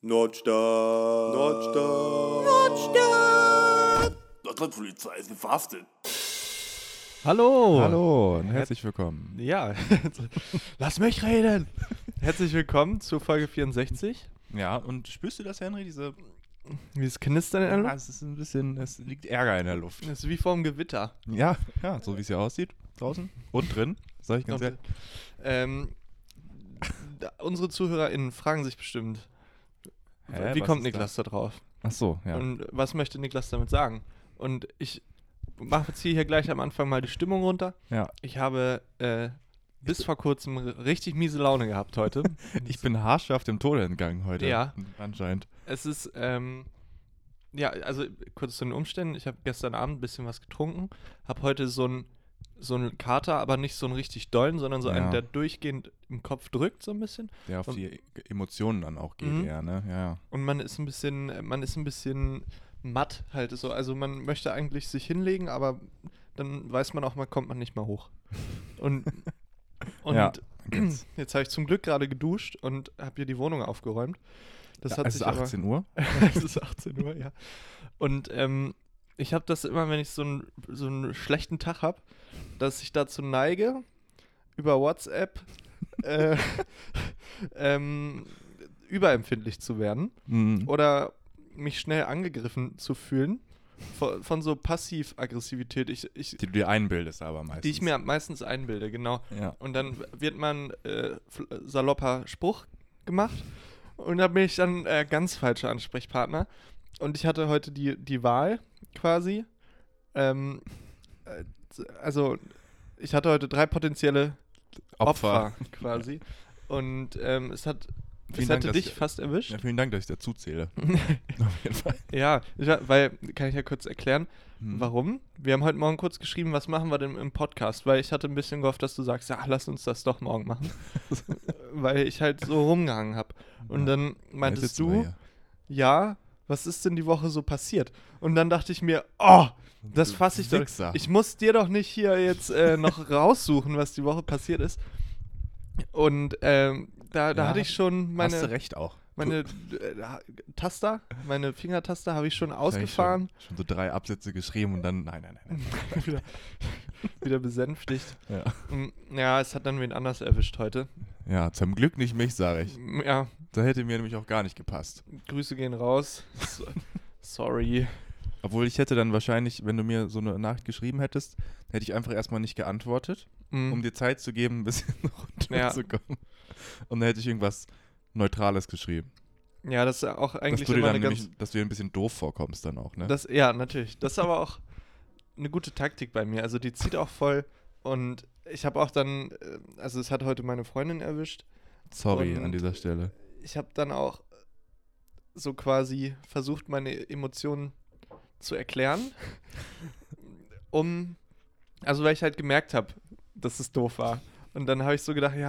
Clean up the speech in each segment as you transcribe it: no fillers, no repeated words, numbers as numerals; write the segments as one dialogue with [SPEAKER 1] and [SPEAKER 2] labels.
[SPEAKER 1] Nordstadt. Nordstadt.
[SPEAKER 2] Nordstadt.
[SPEAKER 1] Nordstadtpolizei ist verhaftet.
[SPEAKER 3] Hallo.
[SPEAKER 2] Hallo und herzlich willkommen.
[SPEAKER 3] Ja, lass mich reden. Herzlich willkommen zu Folge 64.
[SPEAKER 2] Ja, und spürst du das, Henry?
[SPEAKER 3] Dieses Knistern in der Luft?
[SPEAKER 2] Es ist ein bisschen, es liegt Ärger in der Luft.
[SPEAKER 3] Das ist wie vorm Gewitter.
[SPEAKER 2] Ja, so wie es hier aussieht, draußen und drin, sag ich ganz ehrlich.
[SPEAKER 3] Unsere ZuhörerInnen fragen sich bestimmt,
[SPEAKER 2] Hä,
[SPEAKER 3] wie
[SPEAKER 2] was
[SPEAKER 3] kommt
[SPEAKER 2] ist
[SPEAKER 3] Niklas da drauf?
[SPEAKER 2] Ach so, ja.
[SPEAKER 3] Und was möchte Niklas damit sagen? Und ich ziehe hier gleich am Anfang mal die Stimmung runter.
[SPEAKER 2] Ja.
[SPEAKER 3] Ich habe bis vor kurzem richtig miese Laune gehabt heute.
[SPEAKER 2] Ich bin haarscharf dem Tode entgangen heute.
[SPEAKER 3] Ja.
[SPEAKER 2] Anscheinend.
[SPEAKER 3] Es ist, also kurz zu den Umständen. Ich habe gestern Abend ein bisschen was getrunken, habe heute so einen Kater, aber nicht so einen richtig dollen, sondern so einen, der durchgehend im Kopf drückt, so ein bisschen.
[SPEAKER 2] Der auf die Emotionen dann auch geht, eher, ne? Ja.
[SPEAKER 3] Und man ist ein bisschen matt halt so. Also man möchte eigentlich sich hinlegen, aber dann weiß man auch, kommt man nicht mal hoch. Und
[SPEAKER 2] Ja,
[SPEAKER 3] jetzt habe ich zum Glück gerade geduscht und habe hier die Wohnung aufgeräumt. Das hat
[SPEAKER 2] es ist 18 Uhr?
[SPEAKER 3] Es ist 18 Uhr, ja. Und ich habe das immer, wenn ich so einen schlechten Tag habe, dass ich dazu neige, über WhatsApp überempfindlich zu werden oder mich schnell angegriffen zu fühlen von so Passiv-Aggressivität.
[SPEAKER 2] Die du dir einbildest aber meistens.
[SPEAKER 3] Die ich mir meistens einbilde, genau.
[SPEAKER 2] Ja.
[SPEAKER 3] Und dann wird man salopper Spruch gemacht und da bin ich dann ganz falscher Ansprechpartner. Und ich hatte heute die Wahl quasi. Also ich hatte heute 3 potenzielle Opfer quasi. Und es hätte dich fast erwischt.
[SPEAKER 2] Ja, vielen Dank, dass ich dazu zähle. Auf jeden Fall.
[SPEAKER 3] Ja, weil, kann ich ja kurz erklären, warum. Wir haben heute Morgen kurz geschrieben, was machen wir denn im Podcast, weil ich hatte ein bisschen gehofft, dass du sagst, ja, lass uns das doch morgen machen. Weil ich halt so rumgehangen habe. Und dann meintest du, ja, was ist denn die Woche so passiert? Und dann dachte ich mir, das fasse ich doch. Ich muss dir doch nicht hier jetzt noch raussuchen, was die Woche passiert ist. Und da hatte ich schon meine...
[SPEAKER 2] Hast du recht auch.
[SPEAKER 3] Meine meine Fingertaster habe ich schon ausgefahren.
[SPEAKER 2] Schon so 3 Absätze geschrieben und dann, nein.
[SPEAKER 3] wieder besänftigt.
[SPEAKER 2] Ja.
[SPEAKER 3] Ja, es hat dann wen anders erwischt heute.
[SPEAKER 2] Ja, zum Glück nicht mich, sage ich.
[SPEAKER 3] Ja.
[SPEAKER 2] Da hätte mir nämlich auch gar nicht gepasst.
[SPEAKER 3] Grüße gehen raus. Sorry.
[SPEAKER 2] Obwohl ich hätte dann wahrscheinlich, wenn du mir so eine Nachricht geschrieben hättest, hätte ich einfach erstmal nicht geantwortet, um dir Zeit zu geben, ein bisschen runterzukommen. Und dann hätte ich irgendwas Neutrales geschrieben.
[SPEAKER 3] Ja, das ist auch eigentlich
[SPEAKER 2] dass du dir ein bisschen doof vorkommst dann auch, ne?
[SPEAKER 3] Ja, natürlich. Das ist aber auch eine gute Taktik bei mir. Also die zieht auch voll und ich habe auch dann, also es hat heute meine Freundin erwischt.
[SPEAKER 2] Sorry an dieser Stelle.
[SPEAKER 3] Ich habe dann auch so quasi versucht, meine Emotionen zu erklären, weil ich halt gemerkt habe, dass es doof war. Und dann habe ich so gedacht,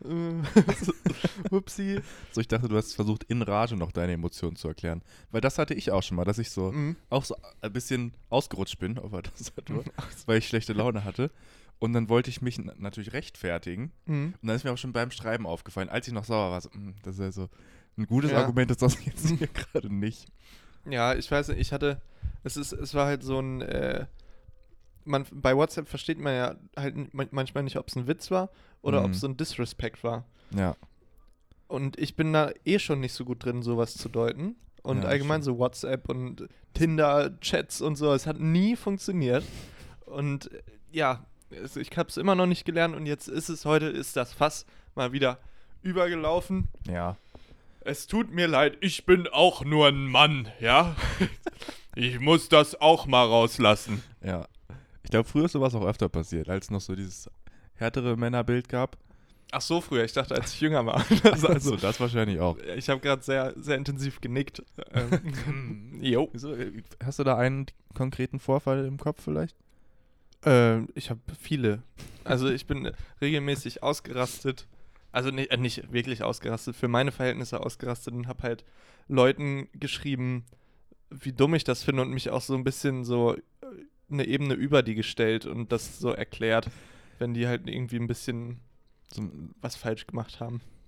[SPEAKER 3] upsi.
[SPEAKER 2] So, ich dachte, du hast versucht, in Rage noch deine Emotionen zu erklären. Weil das hatte ich auch schon mal, dass ich so auch so ein bisschen ausgerutscht bin auf der Tastatur, weil ich schlechte Laune hatte. Und dann wollte ich mich natürlich rechtfertigen. Und dann ist mir auch schon beim Schreiben aufgefallen, als ich noch sauer war, so, das ist ja so ein gutes Argument, ist das jetzt hier gerade nicht.
[SPEAKER 3] Ja, ich weiß nicht, es war halt so ein, bei WhatsApp versteht man ja halt manchmal nicht, ob es ein Witz war oder ob es so ein Disrespect war.
[SPEAKER 2] Ja.
[SPEAKER 3] Und ich bin da schon nicht so gut drin, sowas zu deuten. Und allgemein so WhatsApp und Tinder-Chats und so, es hat nie funktioniert. Und ja, ich habe es immer noch nicht gelernt und jetzt heute ist das Fass mal wieder übergelaufen.
[SPEAKER 2] Ja.
[SPEAKER 3] Es tut mir leid, ich bin auch nur ein Mann, ja? Ich muss das auch mal rauslassen.
[SPEAKER 2] Ja. Ich glaube, früher ist sowas auch öfter passiert, als es noch so dieses härtere Männerbild gab.
[SPEAKER 3] Ach so, früher. Ich dachte, als ich jünger war.
[SPEAKER 2] Also, das wahrscheinlich auch.
[SPEAKER 3] Ich habe gerade sehr, sehr intensiv genickt. Jo.
[SPEAKER 2] Wieso? Hast du da einen konkreten Vorfall im Kopf vielleicht?
[SPEAKER 3] Ich habe viele. Also ich bin regelmäßig ausgerastet. Also nicht wirklich ausgerastet, für meine Verhältnisse ausgerastet und habe halt Leuten geschrieben, wie dumm ich das finde und mich auch so ein bisschen so eine Ebene über die gestellt und das so erklärt, wenn die halt irgendwie ein bisschen was falsch gemacht haben.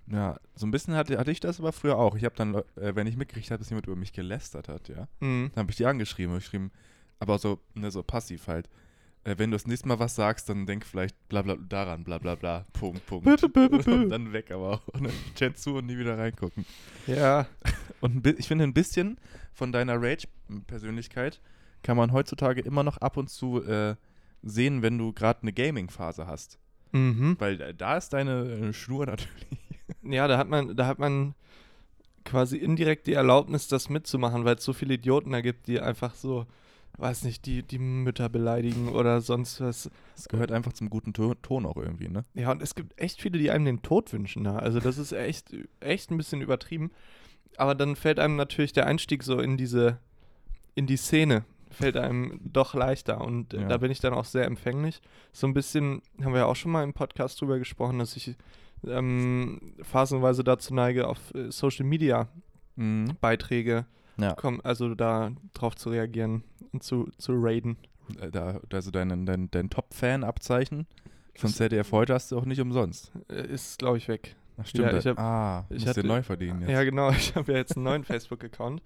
[SPEAKER 2] Ja, so ein bisschen hatte ich das aber früher auch. Ich habe dann, wenn ich mitgekriegt habe, dass jemand über mich gelästert hat, ja, dann habe ich die angeschrieben. Aber so, ne, so passiv halt. Wenn du das nächste Mal was sagst, dann denk vielleicht bla bla daran, bla bla bla, Punkt. Und dann weg aber auch. Und dann Chat zu und nie wieder reingucken.
[SPEAKER 3] Ja.
[SPEAKER 2] Und ich finde, ein bisschen von deiner Rage-Persönlichkeit kann man heutzutage immer noch ab und zu sehen, wenn du gerade eine Gaming-Phase hast.
[SPEAKER 3] Mhm.
[SPEAKER 2] Weil da ist deine Schnur natürlich.
[SPEAKER 3] Ja, da hat man quasi indirekt die Erlaubnis, das mitzumachen, weil es so viele Idioten da gibt, die einfach so, weiß nicht, die Mütter beleidigen oder sonst was.
[SPEAKER 2] Das gehört einfach zum guten Ton auch irgendwie, ne?
[SPEAKER 3] Ja, und es gibt echt viele, die einem den Tod wünschen da. Also das ist echt ein bisschen übertrieben. Aber dann fällt einem natürlich der Einstieg so in die Szene, fällt einem doch leichter. Und
[SPEAKER 2] Ja.
[SPEAKER 3] da bin ich dann auch sehr empfänglich. So ein bisschen, haben wir ja auch schon mal im Podcast drüber gesprochen, dass ich phasenweise dazu neige, auf Social Media
[SPEAKER 2] Mhm.
[SPEAKER 3] Beiträge
[SPEAKER 2] Ja.
[SPEAKER 3] also da drauf zu reagieren und zu raiden.
[SPEAKER 2] Also dein Top-Fan-Abzeichen von ZDF heute hast du auch nicht umsonst.
[SPEAKER 3] Ist, glaube ich, weg.
[SPEAKER 2] Ach stimmt.
[SPEAKER 3] Ja, ich
[SPEAKER 2] musst
[SPEAKER 3] hatte-
[SPEAKER 2] dir neu verdienen jetzt.
[SPEAKER 3] Ja, genau. Ich habe ja jetzt einen neuen Facebook-Account.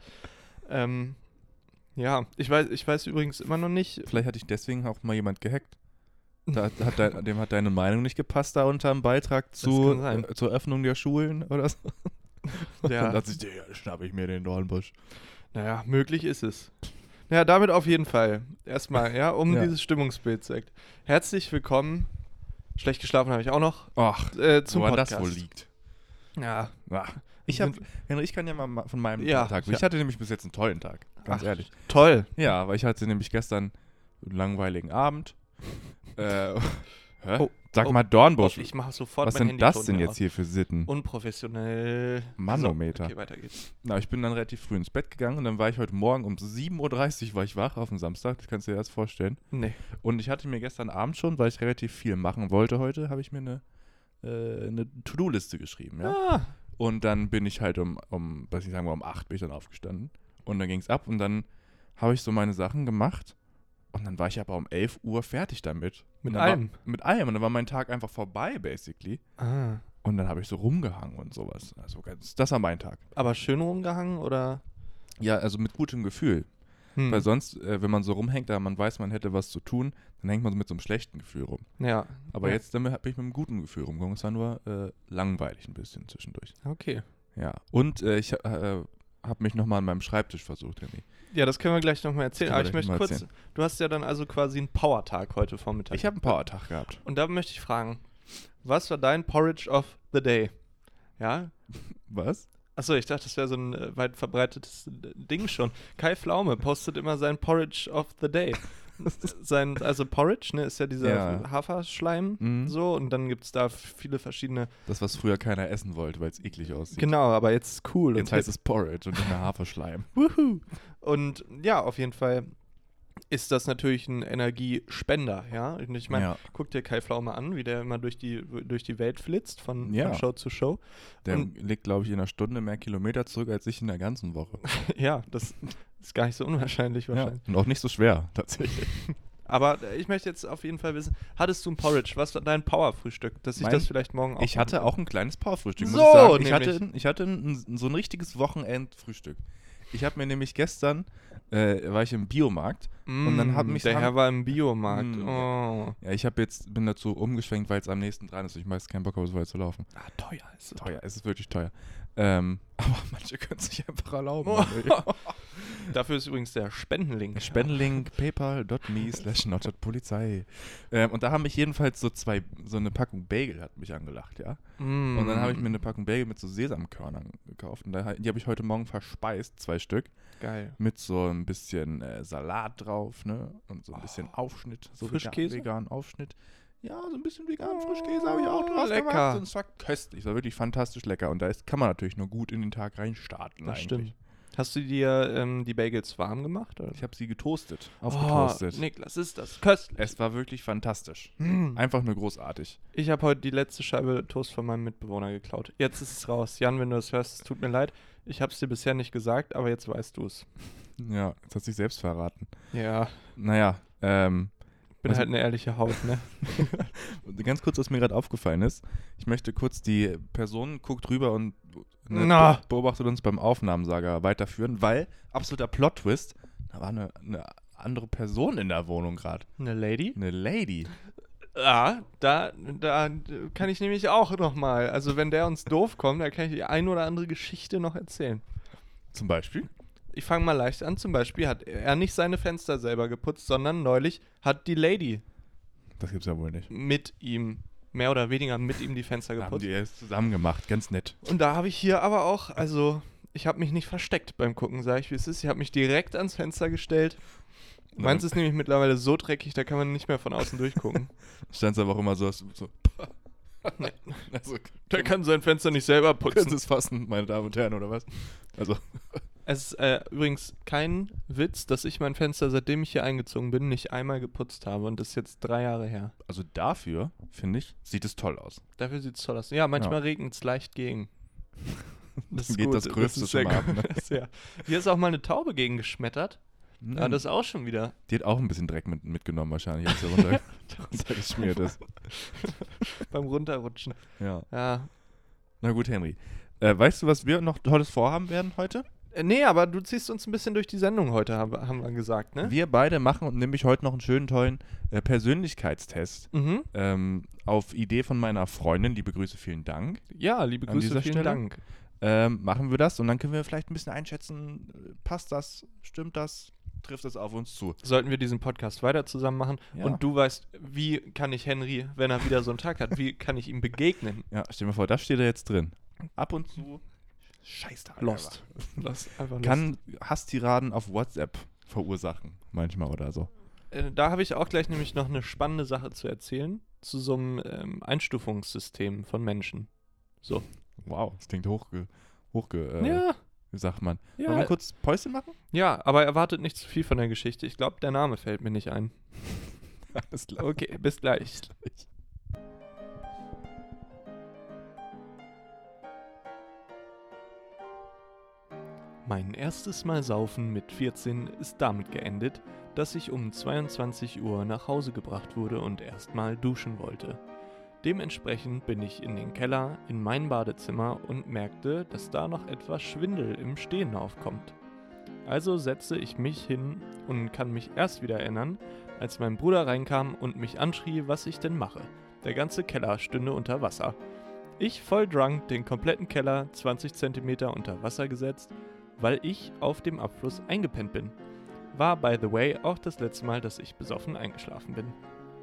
[SPEAKER 3] Ja, ich weiß übrigens immer noch nicht.
[SPEAKER 2] Vielleicht hat dich deswegen auch mal jemand gehackt. Dem hat deine Meinung nicht gepasst da unter dem Beitrag
[SPEAKER 3] kann sein.
[SPEAKER 2] zur Öffnung der Schulen oder so.
[SPEAKER 3] Ja.
[SPEAKER 2] Und dachte ich, schnapp ich mir den Dornbusch.
[SPEAKER 3] Naja, möglich ist es. Ja, damit auf jeden Fall. Erstmal, ja, um
[SPEAKER 2] Ja.
[SPEAKER 3] dieses Stimmungsbild zu erklären. Herzlich willkommen. Schlecht geschlafen habe ich auch noch.
[SPEAKER 2] Ach,
[SPEAKER 3] Zum
[SPEAKER 2] woran
[SPEAKER 3] Podcast.
[SPEAKER 2] das wohl liegt.
[SPEAKER 3] Ja.
[SPEAKER 2] Ach, Henry, ich kann ja mal von meinem
[SPEAKER 3] Ja,
[SPEAKER 2] Tag.
[SPEAKER 3] ja.
[SPEAKER 2] Ich hatte nämlich bis jetzt einen tollen Tag, ganz
[SPEAKER 3] Ach,
[SPEAKER 2] ehrlich.
[SPEAKER 3] Toll.
[SPEAKER 2] Ja, weil ich hatte nämlich gestern einen langweiligen Abend. Hä?
[SPEAKER 3] Oh,
[SPEAKER 2] Sag
[SPEAKER 3] oh,
[SPEAKER 2] mal Dornbusch,
[SPEAKER 3] Ich mache sofort
[SPEAKER 2] was
[SPEAKER 3] mein
[SPEAKER 2] sind das
[SPEAKER 3] Handyton
[SPEAKER 2] denn
[SPEAKER 3] hier
[SPEAKER 2] jetzt
[SPEAKER 3] aus.
[SPEAKER 2] hier für Sitten?
[SPEAKER 3] Unprofessionell.
[SPEAKER 2] Manometer.
[SPEAKER 3] So, okay, weiter geht's.
[SPEAKER 2] Na, ich bin dann relativ früh ins Bett gegangen und dann war ich heute Morgen um 7:30 Uhr war ich wach auf dem Samstag, das kannst du dir das vorstellen.
[SPEAKER 3] Nee.
[SPEAKER 2] Und ich hatte mir gestern Abend schon, weil ich relativ viel machen wollte heute, habe ich mir eine To-Do-Liste geschrieben, ja.
[SPEAKER 3] Ah,
[SPEAKER 2] Und dann bin ich halt um 8 bin ich dann aufgestanden und dann ging es ab und dann habe ich so meine Sachen gemacht und dann war ich aber um 11 Uhr fertig damit.
[SPEAKER 3] Mit
[SPEAKER 2] Und dann
[SPEAKER 3] allem?
[SPEAKER 2] Mit allem und dann war mein Tag einfach vorbei, basically.
[SPEAKER 3] ah.
[SPEAKER 2] Und dann habe ich so rumgehangen und sowas. Also das war mein Tag.
[SPEAKER 3] Aber schön rumgehangen oder?
[SPEAKER 2] Ja, also mit gutem Gefühl. Weil sonst, wenn man so rumhängt, da man weiß, man hätte was zu tun, dann hängt man so mit so einem schlechten Gefühl rum.
[SPEAKER 3] Ja.
[SPEAKER 2] Aber
[SPEAKER 3] ja.
[SPEAKER 2] jetzt bin ich mit einem guten Gefühl rumgegangen. Es war nur langweilig ein bisschen zwischendurch.
[SPEAKER 3] Okay.
[SPEAKER 2] Ja. Und ich habe mich nochmal an meinem Schreibtisch versucht, Henry.
[SPEAKER 3] Ja, das können wir gleich nochmal erzählen.
[SPEAKER 2] Das
[SPEAKER 3] Aber
[SPEAKER 2] können wir
[SPEAKER 3] ich
[SPEAKER 2] gleich
[SPEAKER 3] möchte
[SPEAKER 2] mal
[SPEAKER 3] kurz, du hast ja dann also quasi einen Power-Tag heute Vormittag.
[SPEAKER 2] Ich habe einen Powertag gehabt.
[SPEAKER 3] Und da möchte ich fragen, was war dein Porridge of the Day? Ja?
[SPEAKER 2] Was?
[SPEAKER 3] Achso, ich dachte, das wäre so ein weit verbreitetes Ding schon. Kai Pflaume postet immer sein Porridge of the Day. Also Porridge, ne, ist ja dieser
[SPEAKER 2] Ja.
[SPEAKER 3] Haferschleim
[SPEAKER 2] Mhm.
[SPEAKER 3] so und dann gibt es da viele verschiedene.
[SPEAKER 2] Das, was früher keiner essen wollte, weil es eklig aussieht.
[SPEAKER 3] Genau, aber jetzt ist cool.
[SPEAKER 2] Jetzt heißt es Porridge und nicht mehr Haferschleim.
[SPEAKER 3] Wuhu. Und ja, auf jeden Fall ist das natürlich ein Energiespender, ja. Und ich meine,
[SPEAKER 2] Ja.
[SPEAKER 3] guck dir Kai Pflaume an, wie der immer durch die Welt flitzt, von
[SPEAKER 2] Ja.
[SPEAKER 3] Show zu Show.
[SPEAKER 2] Der
[SPEAKER 3] Und-
[SPEAKER 2] legt, glaube ich, in einer Stunde mehr Kilometer zurück als ich in der ganzen Woche.
[SPEAKER 3] Ja, das ist gar nicht so unwahrscheinlich
[SPEAKER 2] Ja.
[SPEAKER 3] wahrscheinlich.
[SPEAKER 2] Und auch nicht so schwer, tatsächlich.
[SPEAKER 3] Aber ich möchte jetzt auf jeden Fall wissen, hattest du ein Porridge? Was war dein Power-Frühstück? Dass ich
[SPEAKER 2] Mein-
[SPEAKER 3] das vielleicht morgen auch
[SPEAKER 2] Ich hatte
[SPEAKER 3] machen
[SPEAKER 2] auch ein kleines Powerfrühstück, muss
[SPEAKER 3] So,
[SPEAKER 2] ich sagen.
[SPEAKER 3] nämlich.
[SPEAKER 2] Ich hatte so ein richtiges Wochenendfrühstück. Ich habe mir nämlich gestern, war ich im Biomarkt
[SPEAKER 3] kann.
[SPEAKER 2] und dann haben
[SPEAKER 3] Der Herr war im Biomarkt.
[SPEAKER 2] Mm,
[SPEAKER 3] Oh.
[SPEAKER 2] ja, ich bin dazu umgeschwenkt, weil es am nächsten dran ist. Ich meist keinen Bock habe, so weit zu laufen.
[SPEAKER 3] Ah, teuer ist es.
[SPEAKER 2] Teuer, es ist wirklich teuer. Aber manche können es sich einfach erlauben.
[SPEAKER 3] Dafür ist übrigens der Spendenlink.
[SPEAKER 2] Spendenlink paypal.me/nordstadtpolizei. Und da haben mich jedenfalls so eine Packung Bagel hat mich angelacht, ja.
[SPEAKER 3] Mm.
[SPEAKER 2] Und dann habe ich mir eine Packung Bagel mit so Sesamkörnern gekauft. Und die habe ich heute Morgen verspeist, 2 Stück.
[SPEAKER 3] Geil.
[SPEAKER 2] Mit so ein bisschen Salat drauf, ne? Und so ein bisschen Aufschnitt. So
[SPEAKER 3] Frischkäse?
[SPEAKER 2] Vegan Aufschnitt. Ja, so ein bisschen veganen Frischkäse habe ich auch drauf
[SPEAKER 3] lecker.
[SPEAKER 2] gemacht. Und es war köstlich. Es war wirklich fantastisch lecker. Und kann man natürlich nur gut in den Tag reinstarten
[SPEAKER 3] Das
[SPEAKER 2] eigentlich.
[SPEAKER 3] stimmt. Hast du dir die Bagels warm gemacht? Oder?
[SPEAKER 2] Ich habe sie getoastet, aufgetoastet.
[SPEAKER 3] Niklas, ist das köstlich.
[SPEAKER 2] Es war wirklich fantastisch.
[SPEAKER 3] Mm.
[SPEAKER 2] Einfach nur großartig.
[SPEAKER 3] Ich habe heute die letzte Scheibe Toast von meinem Mitbewohner geklaut. Jetzt ist es raus. Jan, wenn du das hörst, es tut mir leid. Ich habe es dir bisher nicht gesagt, aber jetzt weißt du es.
[SPEAKER 2] Ja, jetzt hat sich selbst verraten.
[SPEAKER 3] Ja,
[SPEAKER 2] Naja,
[SPEAKER 3] bin
[SPEAKER 2] Was-
[SPEAKER 3] halt eine ehrliche Haut, ne?
[SPEAKER 2] Und ganz kurz, was mir gerade aufgefallen ist, ich möchte kurz, die Person guckt rüber und beobachtet uns beim Aufnahmensager weiterführen, weil, absoluter Plot-Twist, da war eine andere Person in der Wohnung gerade.
[SPEAKER 3] Eine Lady?
[SPEAKER 2] Eine Lady.
[SPEAKER 3] Ja, da kann ich nämlich auch nochmal, also wenn der uns doof kommt, da kann ich die ein oder andere Geschichte noch erzählen.
[SPEAKER 2] Zum Beispiel?
[SPEAKER 3] Ich fange mal leicht an. Zum Beispiel hat er nicht seine Fenster selber geputzt, sondern neulich hat die Lady
[SPEAKER 2] Das gibt's ja wohl nicht.
[SPEAKER 3] mit ihm, mehr oder weniger mit ihm die Fenster
[SPEAKER 2] Da haben
[SPEAKER 3] geputzt.
[SPEAKER 2] die erst zusammen gemacht, ganz nett.
[SPEAKER 3] Und da habe ich hier aber auch, also ich habe mich nicht versteckt beim Gucken, sage ich wie es ist. Ich habe mich direkt ans Fenster gestellt. Meins ist nämlich mittlerweile so dreckig, da kann man nicht mehr von außen durchgucken.
[SPEAKER 2] Stand es aber auch immer so
[SPEAKER 3] Nee.
[SPEAKER 2] also,
[SPEAKER 3] Der kann sein Fenster nicht selber
[SPEAKER 2] können
[SPEAKER 3] putzen.
[SPEAKER 2] Sie es fassen, meine Damen und Herren, oder was? Also,
[SPEAKER 3] Es ist übrigens kein Witz, dass ich mein Fenster, seitdem ich hier eingezogen bin, nicht einmal geputzt habe. Und das ist jetzt 3 Jahre her.
[SPEAKER 2] also dafür, finde ich, sieht es toll aus.
[SPEAKER 3] Dafür sieht es toll aus. Ja, manchmal regnet es leicht gegen. Das ist
[SPEAKER 2] Geht
[SPEAKER 3] gut.
[SPEAKER 2] das Größte
[SPEAKER 3] ist
[SPEAKER 2] schon
[SPEAKER 3] sehr
[SPEAKER 2] mal ab,
[SPEAKER 3] gut.
[SPEAKER 2] ne?
[SPEAKER 3] Ja. Hier ist auch mal eine Taube gegen geschmettert. Aber das ist auch schon wieder.
[SPEAKER 2] Die hat auch ein bisschen Dreck mitgenommen wahrscheinlich, als sie runtergeschmiert ist.
[SPEAKER 3] Beim Runterrutschen.
[SPEAKER 2] Ja.
[SPEAKER 3] Ja.
[SPEAKER 2] Na gut, Henry. Weißt du, was wir noch Tolles vorhaben werden heute?
[SPEAKER 3] Nee, aber du ziehst uns ein bisschen durch die Sendung heute, haben wir gesagt, ne?
[SPEAKER 2] Wir beide machen nämlich heute noch einen schönen, tollen Persönlichkeitstest.
[SPEAKER 3] Mhm.
[SPEAKER 2] Auf Idee von meiner Freundin, liebe Grüße, vielen Dank.
[SPEAKER 3] Ja, liebe
[SPEAKER 2] An
[SPEAKER 3] Grüße,
[SPEAKER 2] dieser
[SPEAKER 3] vielen
[SPEAKER 2] Stelle?
[SPEAKER 3] Dank.
[SPEAKER 2] Machen wir das und dann können wir vielleicht ein bisschen einschätzen, passt das, stimmt das, trifft das auf uns zu.
[SPEAKER 3] Sollten wir diesen Podcast weiter zusammen machen
[SPEAKER 2] Ja.
[SPEAKER 3] und du weißt, wie kann ich Henry, wenn er wieder so einen Tag hat, wie kann ich ihm begegnen?
[SPEAKER 2] Ja, stell dir mal vor, das steht da jetzt drin. Ab und zu Scheißtag.
[SPEAKER 3] Lost. Lost. Einfach Lost.
[SPEAKER 2] Kann Hasstiraden auf WhatsApp verursachen, manchmal oder so.
[SPEAKER 3] Da habe ich auch gleich nämlich noch eine spannende Sache zu erzählen, zu so einem Einstufungssystem von Menschen. So.
[SPEAKER 2] Wow, das klingt
[SPEAKER 3] Ja,
[SPEAKER 2] wie sagt man.
[SPEAKER 3] ja.
[SPEAKER 2] Wollen wir kurz Päuschen machen?
[SPEAKER 3] Ja, aber erwartet nicht zu viel von der Geschichte. Ich glaube, der Name fällt mir nicht ein.
[SPEAKER 2] Alles klar.
[SPEAKER 3] Okay, bis gleich. Mein erstes Mal saufen mit 14 ist damit geendet, dass ich um 22 Uhr nach Hause gebracht wurde und erstmal duschen wollte. Dementsprechend bin ich in den Keller, in mein Badezimmer und merkte, dass da noch etwas Schwindel im Stehen aufkommt. Also setze ich mich hin und kann mich erst wieder erinnern, als mein Bruder reinkam und mich anschrie, was ich denn mache. Der ganze Keller stünde unter Wasser. Ich voll drunk den kompletten Keller 20 cm unter Wasser gesetzt, weil ich auf dem Abfluss eingepennt bin. War, by the way, auch das letzte Mal, dass ich besoffen eingeschlafen bin.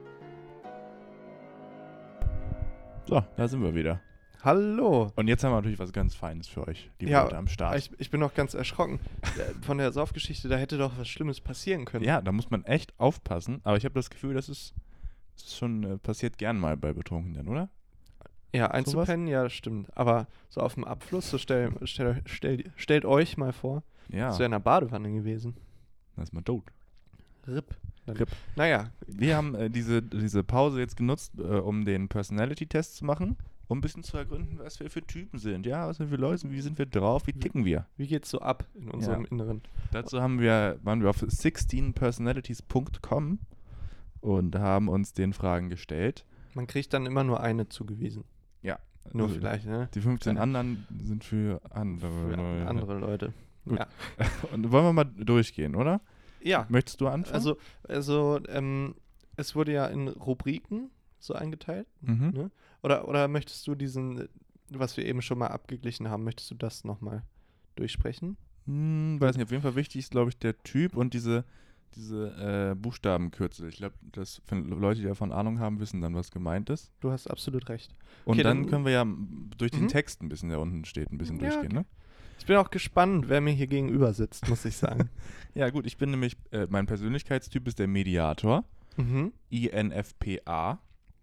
[SPEAKER 2] So, da sind wir wieder.
[SPEAKER 3] Hallo!
[SPEAKER 2] Und jetzt haben wir natürlich was ganz Feines für euch, liebe
[SPEAKER 3] Ja,
[SPEAKER 2] Leute am Start.
[SPEAKER 3] Ich bin noch ganz erschrocken. Von der Saufgeschichte, da hätte doch was Schlimmes passieren können.
[SPEAKER 2] Ja, da muss man echt aufpassen, aber ich habe das Gefühl, das ist schon passiert gern mal bei Betrunkenen, oder?
[SPEAKER 3] Ja, einzupennen, ja, das stimmt. Aber so auf dem Abfluss, so stellt euch mal vor,
[SPEAKER 2] Ja,
[SPEAKER 3] das wäre in einer Badewanne gewesen.
[SPEAKER 2] das ist mal tot.
[SPEAKER 3] RIP.
[SPEAKER 2] RIP.
[SPEAKER 3] Naja,
[SPEAKER 2] Wir haben diese Pause jetzt genutzt, um den Personality-Test zu machen, um ein bisschen zu ergründen, was wir für Typen sind. Ja, was sind wir für Leute, wie sind wir drauf, wie ticken wir?
[SPEAKER 3] wie geht's so ab in unserem Inneren?
[SPEAKER 2] Dazu waren wir auf 16personalities.com und haben uns den Fragen gestellt.
[SPEAKER 3] Man kriegt dann immer nur eine zugewiesen.
[SPEAKER 2] Ja.
[SPEAKER 3] Nur
[SPEAKER 2] also
[SPEAKER 3] vielleicht, ne?
[SPEAKER 2] Die 15
[SPEAKER 3] Ja.
[SPEAKER 2] anderen sind für andere
[SPEAKER 3] Für
[SPEAKER 2] Leute.
[SPEAKER 3] andere Leute.
[SPEAKER 2] Gut.
[SPEAKER 3] Ja.
[SPEAKER 2] Und wollen wir mal durchgehen, oder?
[SPEAKER 3] Ja,
[SPEAKER 2] Möchtest du anfangen?
[SPEAKER 3] also es wurde ja in Rubriken so eingeteilt.
[SPEAKER 2] Mhm.
[SPEAKER 3] Ne? Oder möchtest du diesen, was wir eben schon mal abgeglichen haben, möchtest du das nochmal durchsprechen?
[SPEAKER 2] Weiß nicht, auf jeden Fall wichtig ist, glaube ich, der Typ und diese Buchstabenkürzel. Ich glaube, dass Leute, die davon Ahnung haben, wissen dann, was gemeint ist.
[SPEAKER 3] Du hast absolut recht.
[SPEAKER 2] Und
[SPEAKER 3] Okay,
[SPEAKER 2] dann
[SPEAKER 3] dann-
[SPEAKER 2] können wir ja durch den
[SPEAKER 3] Mhm.
[SPEAKER 2] Text ein bisschen, der unten steht, ein bisschen
[SPEAKER 3] Ja,
[SPEAKER 2] durchgehen, ne?
[SPEAKER 3] Ich bin auch gespannt, wer mir hier gegenüber sitzt, muss ich sagen.
[SPEAKER 2] Ja, gut, ich bin nämlich, mein Persönlichkeitstyp ist der Mediator.
[SPEAKER 3] Mhm.
[SPEAKER 2] INFPA.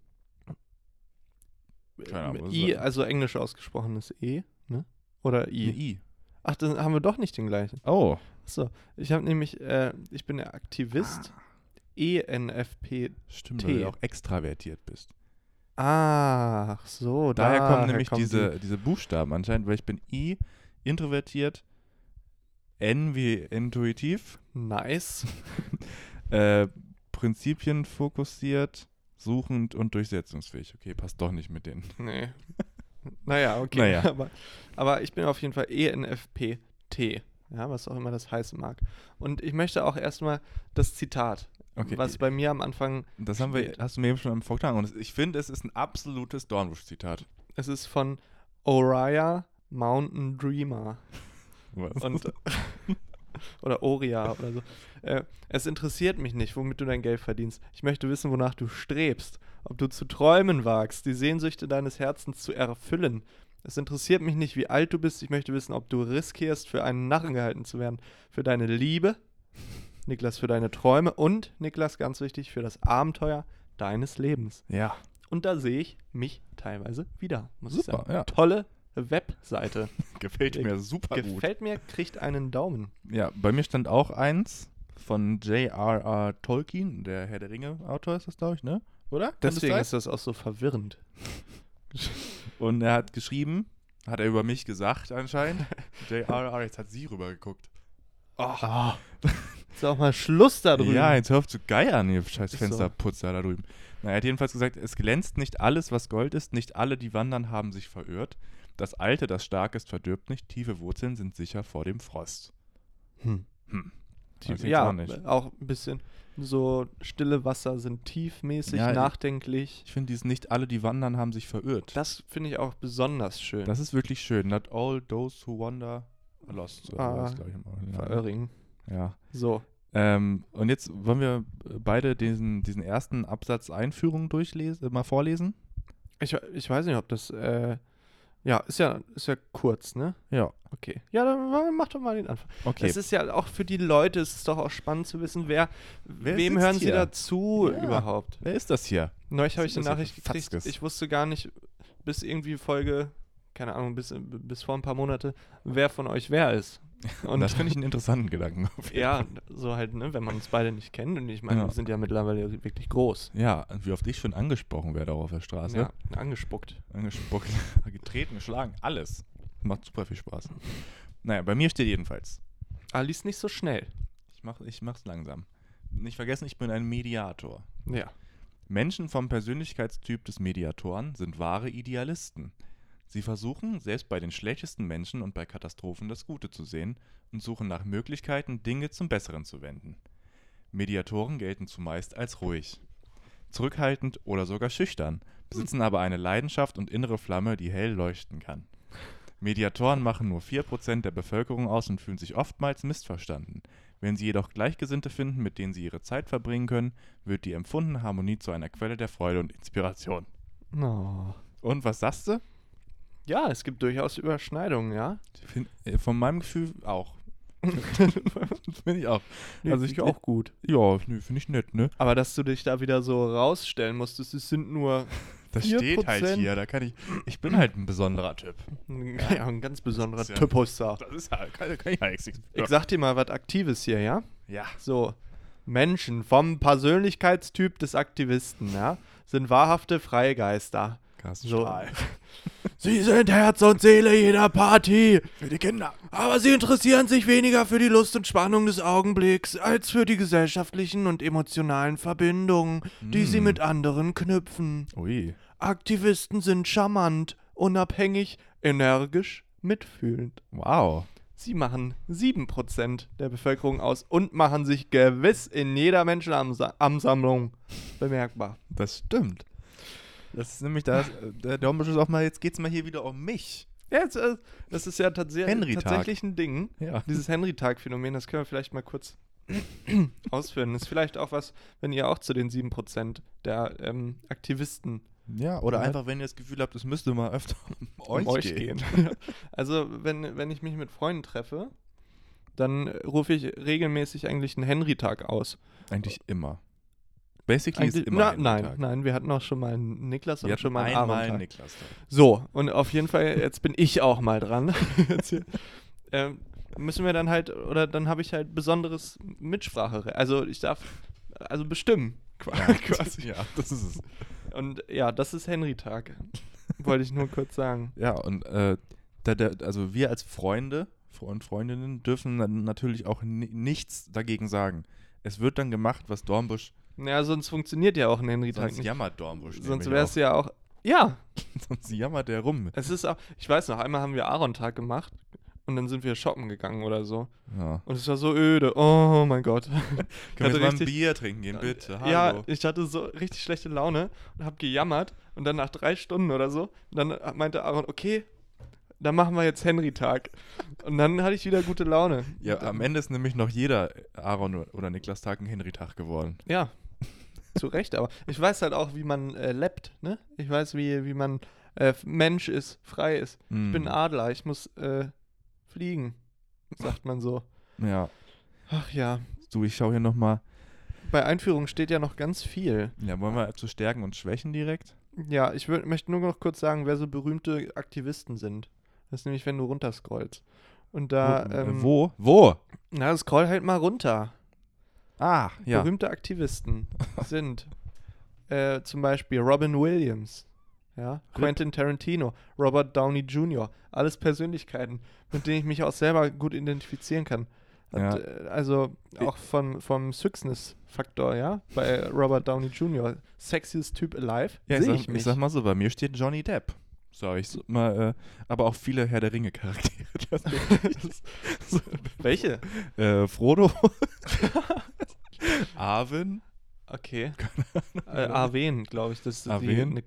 [SPEAKER 2] Keine Ahnung, was
[SPEAKER 3] I,
[SPEAKER 2] ist das?
[SPEAKER 3] also englisch ausgesprochenes E, ne? Oder I.
[SPEAKER 2] Eine I.
[SPEAKER 3] Ach, dann haben wir doch nicht den gleichen.
[SPEAKER 2] Oh.
[SPEAKER 3] Achso, ich habe nämlich, ich bin der Aktivist. ENFP.
[SPEAKER 2] Stimmt,
[SPEAKER 3] T.
[SPEAKER 2] weil du auch extravertiert bist.
[SPEAKER 3] Ach so,
[SPEAKER 2] Daher kommen nämlich
[SPEAKER 3] kommen
[SPEAKER 2] diese Buchstaben anscheinend, weil ich bin I, introvertiert, N wie intuitiv,
[SPEAKER 3] Nice.
[SPEAKER 2] Prinzipien fokussiert, suchend und durchsetzungsfähig. Okay, passt doch nicht mit denen.
[SPEAKER 3] Nee. Naja, okay.
[SPEAKER 2] Naja.
[SPEAKER 3] Aber ich bin auf jeden Fall ENFPT. Ja, was auch immer das heißen mag. Und ich möchte auch erstmal das Zitat,
[SPEAKER 2] Okay.
[SPEAKER 3] was bei mir am Anfang
[SPEAKER 2] Das hast du mir eben schon vorgetragen. Und ich finde, es ist ein absolutes Dornbusch-Zitat.
[SPEAKER 3] Es ist von Oriah Mountain Dreamer.
[SPEAKER 2] Was?
[SPEAKER 3] Und, oder Oria oder so. Es interessiert mich nicht, womit du dein Geld verdienst. Ich möchte wissen, wonach du strebst. Ob du zu träumen wagst, die Sehnsüchte deines Herzens zu erfüllen. Es interessiert mich nicht, wie alt du bist. Ich möchte wissen, ob du riskierst, für einen Narren gehalten zu werden. Für deine Liebe, Niklas, für deine Träume und, Niklas, ganz wichtig, für das Abenteuer deines Lebens.
[SPEAKER 2] Ja.
[SPEAKER 3] Und da sehe ich mich teilweise wieder, muss ich
[SPEAKER 2] Super,
[SPEAKER 3] sagen.
[SPEAKER 2] ja.
[SPEAKER 3] Tolle Webseite.
[SPEAKER 2] Gefällt mir super gut.
[SPEAKER 3] Gefällt mir, kriegt einen Daumen.
[SPEAKER 2] Ja, bei mir stand auch eins von J.R.R. Tolkien, der Herr der Ringe-Autor ist das, glaube ich, ne? Oder? Kann das
[SPEAKER 3] Deswegen
[SPEAKER 2] sein?
[SPEAKER 3] ist das auch so verwirrend.
[SPEAKER 2] Und er hat geschrieben, hat er über mich gesagt anscheinend. J.R.R. jetzt hat sie rübergeguckt.
[SPEAKER 3] Ist auch mal Schluss da drüben.
[SPEAKER 2] Ja, jetzt hör auf zu geiern, ihr scheiß
[SPEAKER 3] Ist so.
[SPEAKER 2] Fensterputzer da drüben. Na, er hat jedenfalls gesagt, es glänzt nicht alles, was Gold ist, nicht alle, die wandern, haben sich verirrt. Das Alte, das stark ist, verdirbt nicht, tiefe Wurzeln sind sicher vor dem Frost. Weiß ich
[SPEAKER 3] Ja,
[SPEAKER 2] auch nicht.
[SPEAKER 3] auch ein bisschen so stille Wasser sind tiefmäßig,
[SPEAKER 2] Ja,
[SPEAKER 3] nachdenklich.
[SPEAKER 2] Ich finde dieses nicht alle, die wandern, haben sich verirrt.
[SPEAKER 3] Das finde ich auch besonders schön.
[SPEAKER 2] Das ist wirklich schön. Not all those who wander are lost.
[SPEAKER 3] Ah,
[SPEAKER 2] glaub ich, im Original.
[SPEAKER 3] Verirring.
[SPEAKER 2] Ja.
[SPEAKER 3] So.
[SPEAKER 2] Und jetzt wollen wir beide diesen ersten Absatz Einführung mal vorlesen.
[SPEAKER 3] Ich weiß nicht, ob das, ja, ist ja kurz, ne?
[SPEAKER 2] Ja.
[SPEAKER 3] Okay. Ja, dann mach doch mal den Anfang.
[SPEAKER 2] Okay.
[SPEAKER 3] Es ist ja auch für die Leute, es ist doch auch spannend zu wissen, wem
[SPEAKER 2] sitzt
[SPEAKER 3] hören sie
[SPEAKER 2] hier?
[SPEAKER 3] dazu
[SPEAKER 2] Ja.
[SPEAKER 3] überhaupt.
[SPEAKER 2] Wer ist das hier?
[SPEAKER 3] Neulich habe ich
[SPEAKER 2] Was
[SPEAKER 3] eine
[SPEAKER 2] ist das
[SPEAKER 3] Nachricht
[SPEAKER 2] für
[SPEAKER 3] gekriegt,
[SPEAKER 2] Fatzkes?
[SPEAKER 3] ich wusste gar nicht, bis irgendwie Folge, keine Ahnung, bis vor ein paar Monate, wer von euch wer ist.
[SPEAKER 2] Und das finde ich einen interessanten Gedanken.
[SPEAKER 3] Ja, so halt, ne, wenn man uns beide nicht kennt. Und ich meine,
[SPEAKER 2] Ja.
[SPEAKER 3] wir sind ja mittlerweile wirklich groß.
[SPEAKER 2] Ja, und wie oft ich schon angesprochen werde auch auf der Straße.
[SPEAKER 3] Ja, angespuckt.
[SPEAKER 2] Angespuckt, getreten, geschlagen, alles. Macht super viel Spaß. Naja, bei mir steht jedenfalls.
[SPEAKER 3] Aber lies nicht so schnell.
[SPEAKER 2] Ich mach's langsam. Nicht vergessen, ich bin ein Mediator.
[SPEAKER 3] Ja.
[SPEAKER 2] Menschen vom Persönlichkeitstyp des Mediatoren sind wahre Idealisten. Sie versuchen, selbst bei den schlechtesten Menschen und bei Katastrophen das Gute zu sehen und suchen nach Möglichkeiten, Dinge zum Besseren zu wenden. Mediatoren gelten zumeist als ruhig, zurückhaltend oder sogar schüchtern, besitzen aber eine Leidenschaft und innere Flamme, die hell leuchten kann. Mediatoren machen nur 4% der Bevölkerung aus und fühlen sich oftmals missverstanden. Wenn sie jedoch Gleichgesinnte finden, mit denen sie ihre Zeit verbringen können, wird die empfundene Harmonie zu einer Quelle der Freude und Inspiration.
[SPEAKER 3] Oh.
[SPEAKER 2] Und was sagst du?
[SPEAKER 3] Ja, es gibt durchaus Überschneidungen, ja.
[SPEAKER 2] Von meinem Gefühl auch. Finde ich auch.
[SPEAKER 3] Nee,
[SPEAKER 2] Also
[SPEAKER 3] finde ich auch gut.
[SPEAKER 2] Ja, finde ich nett, ne?
[SPEAKER 3] Aber dass du dich da wieder so rausstellen musstest, es sind nur
[SPEAKER 2] Das
[SPEAKER 3] 4%.
[SPEAKER 2] steht halt hier, da kann ich bin halt ein besonderer Typ.
[SPEAKER 3] ja, ein ganz besonderer
[SPEAKER 2] Das ist ja-
[SPEAKER 3] Typus da.
[SPEAKER 2] Das ist ja, kann ich ja nichts.
[SPEAKER 3] Ich sag dir mal was Aktives hier, ja?
[SPEAKER 2] Ja.
[SPEAKER 3] So, Menschen vom Persönlichkeitstyp des Aktivisten, ja, sind wahrhafte Freigeister.
[SPEAKER 2] Carsten
[SPEAKER 3] So.
[SPEAKER 2] Strahl.
[SPEAKER 3] Sie sind Herz und Seele jeder Party,
[SPEAKER 2] Für die Kinder.
[SPEAKER 3] aber sie interessieren sich weniger für die Lust und Spannung des Augenblicks als für die gesellschaftlichen und emotionalen Verbindungen, die sie mit anderen knüpfen.
[SPEAKER 2] Ui.
[SPEAKER 3] Aktivisten sind charmant, unabhängig, energisch, mitfühlend.
[SPEAKER 2] Wow.
[SPEAKER 3] Sie machen 7% der Bevölkerung aus und machen sich gewiss in jeder Menschenansammlung bemerkbar.
[SPEAKER 2] Das stimmt. Das ist nämlich das, der Dornbusch ist auch mal, jetzt geht's mal hier wieder um mich.
[SPEAKER 3] Ja, das ist ja
[SPEAKER 2] Henry-Tag.
[SPEAKER 3] tatsächlich ein Ding.
[SPEAKER 2] Ja.
[SPEAKER 3] Dieses Henry-Tag-Phänomen, das können wir vielleicht mal kurz ausführen. Das ist vielleicht auch was, wenn ihr auch zu den 7% der Aktivisten
[SPEAKER 2] Ja, oder
[SPEAKER 3] Ja.
[SPEAKER 2] einfach, wenn ihr das Gefühl habt, es müsste mal öfter um euch gehen.
[SPEAKER 3] Also, wenn ich mich mit Freunden treffe, dann rufe ich regelmäßig eigentlich einen Henry-Tag aus.
[SPEAKER 2] Eigentlich immer. Basically ist
[SPEAKER 3] Eigentlich-
[SPEAKER 2] immer ein
[SPEAKER 3] nein,
[SPEAKER 2] Tag.
[SPEAKER 3] wir hatten auch schon mal einen Niklas
[SPEAKER 2] Wir
[SPEAKER 3] und schon
[SPEAKER 2] hatten
[SPEAKER 3] mal einen
[SPEAKER 2] einmal
[SPEAKER 3] Aaron-Tag.
[SPEAKER 2] Niklas.
[SPEAKER 3] So, und auf jeden Fall, jetzt bin ich auch mal dran. Jetzt hier. Müssen wir dann halt, oder dann habe ich halt besonderes Mitspracherecht. Also ich darf, bestimmen. Quasi.
[SPEAKER 2] Ja, das ist es.
[SPEAKER 3] Und ja, das ist Henry-Tag. Wollte ich nur kurz sagen.
[SPEAKER 2] Ja, und also wir als Freunde und Freundinnen dürfen dann natürlich auch nichts dagegen sagen. Es wird dann gemacht, was Dornbusch
[SPEAKER 3] Naja, sonst funktioniert ja auch ein Henry-Tag
[SPEAKER 2] Sonst
[SPEAKER 3] nicht.
[SPEAKER 2] jammert Dornbusch.
[SPEAKER 3] Sonst wär's ja auch. Ja,
[SPEAKER 2] Sonst jammert der rum.
[SPEAKER 3] es ist auch. Ich weiß noch, einmal haben wir Aaron-Tag gemacht und dann sind wir shoppen gegangen oder so.
[SPEAKER 2] Ja.
[SPEAKER 3] Und es war so öde. Oh mein Gott.
[SPEAKER 2] Können wir
[SPEAKER 3] hatte
[SPEAKER 2] jetzt mal ein
[SPEAKER 3] richtig-
[SPEAKER 2] Bier trinken gehen, bitte? Hallo.
[SPEAKER 3] Ja, ich hatte so richtig schlechte Laune und habe gejammert. Und dann nach 3 Stunden oder so, dann meinte Aaron, okay, dann machen wir jetzt Henry-Tag. Und dann hatte ich wieder gute Laune.
[SPEAKER 2] Ja, am Ende ist nämlich noch jeder Aaron oder Niklas Tag ein Henry-Tag geworden.
[SPEAKER 3] Ja, zu Recht, aber ich weiß halt auch, wie man lebt, ne? Ich weiß, wie man Mensch ist, frei ist. Ich bin ein Adler, ich muss fliegen, sagt man so.
[SPEAKER 2] Ja.
[SPEAKER 3] Ach ja,
[SPEAKER 2] Du, ich schaue hier nochmal.
[SPEAKER 3] bei Einführung steht ja noch ganz viel.
[SPEAKER 2] Ja, wollen wir zu Stärken und Schwächen direkt?
[SPEAKER 3] Ja, ich möchte nur noch kurz sagen, wer so berühmte Aktivisten sind. Das ist nämlich, wenn du runterscrollst. Und da,
[SPEAKER 2] Wo? Wo?
[SPEAKER 3] na, scroll halt mal runter.
[SPEAKER 2] Ah, ja.
[SPEAKER 3] Berühmte Aktivisten sind zum Beispiel Robin Williams, ja, Quentin Tarantino, Robert Downey Jr., alles Persönlichkeiten, mit denen ich mich auch selber gut identifizieren kann.
[SPEAKER 2] Ja.
[SPEAKER 3] Also auch vom Success-Faktor, ja, bei Robert Downey Jr., sexiest Typ alive,
[SPEAKER 2] Ja,
[SPEAKER 3] sehe
[SPEAKER 2] ich sag mal so, bei mir steht Johnny Depp. Sag ich so mal, aber auch viele Herr der Ringe-Charaktere.
[SPEAKER 3] Welche?
[SPEAKER 2] Frodo. Arwen.
[SPEAKER 3] Okay. Arwen, glaube ich, das ist
[SPEAKER 2] Arwen?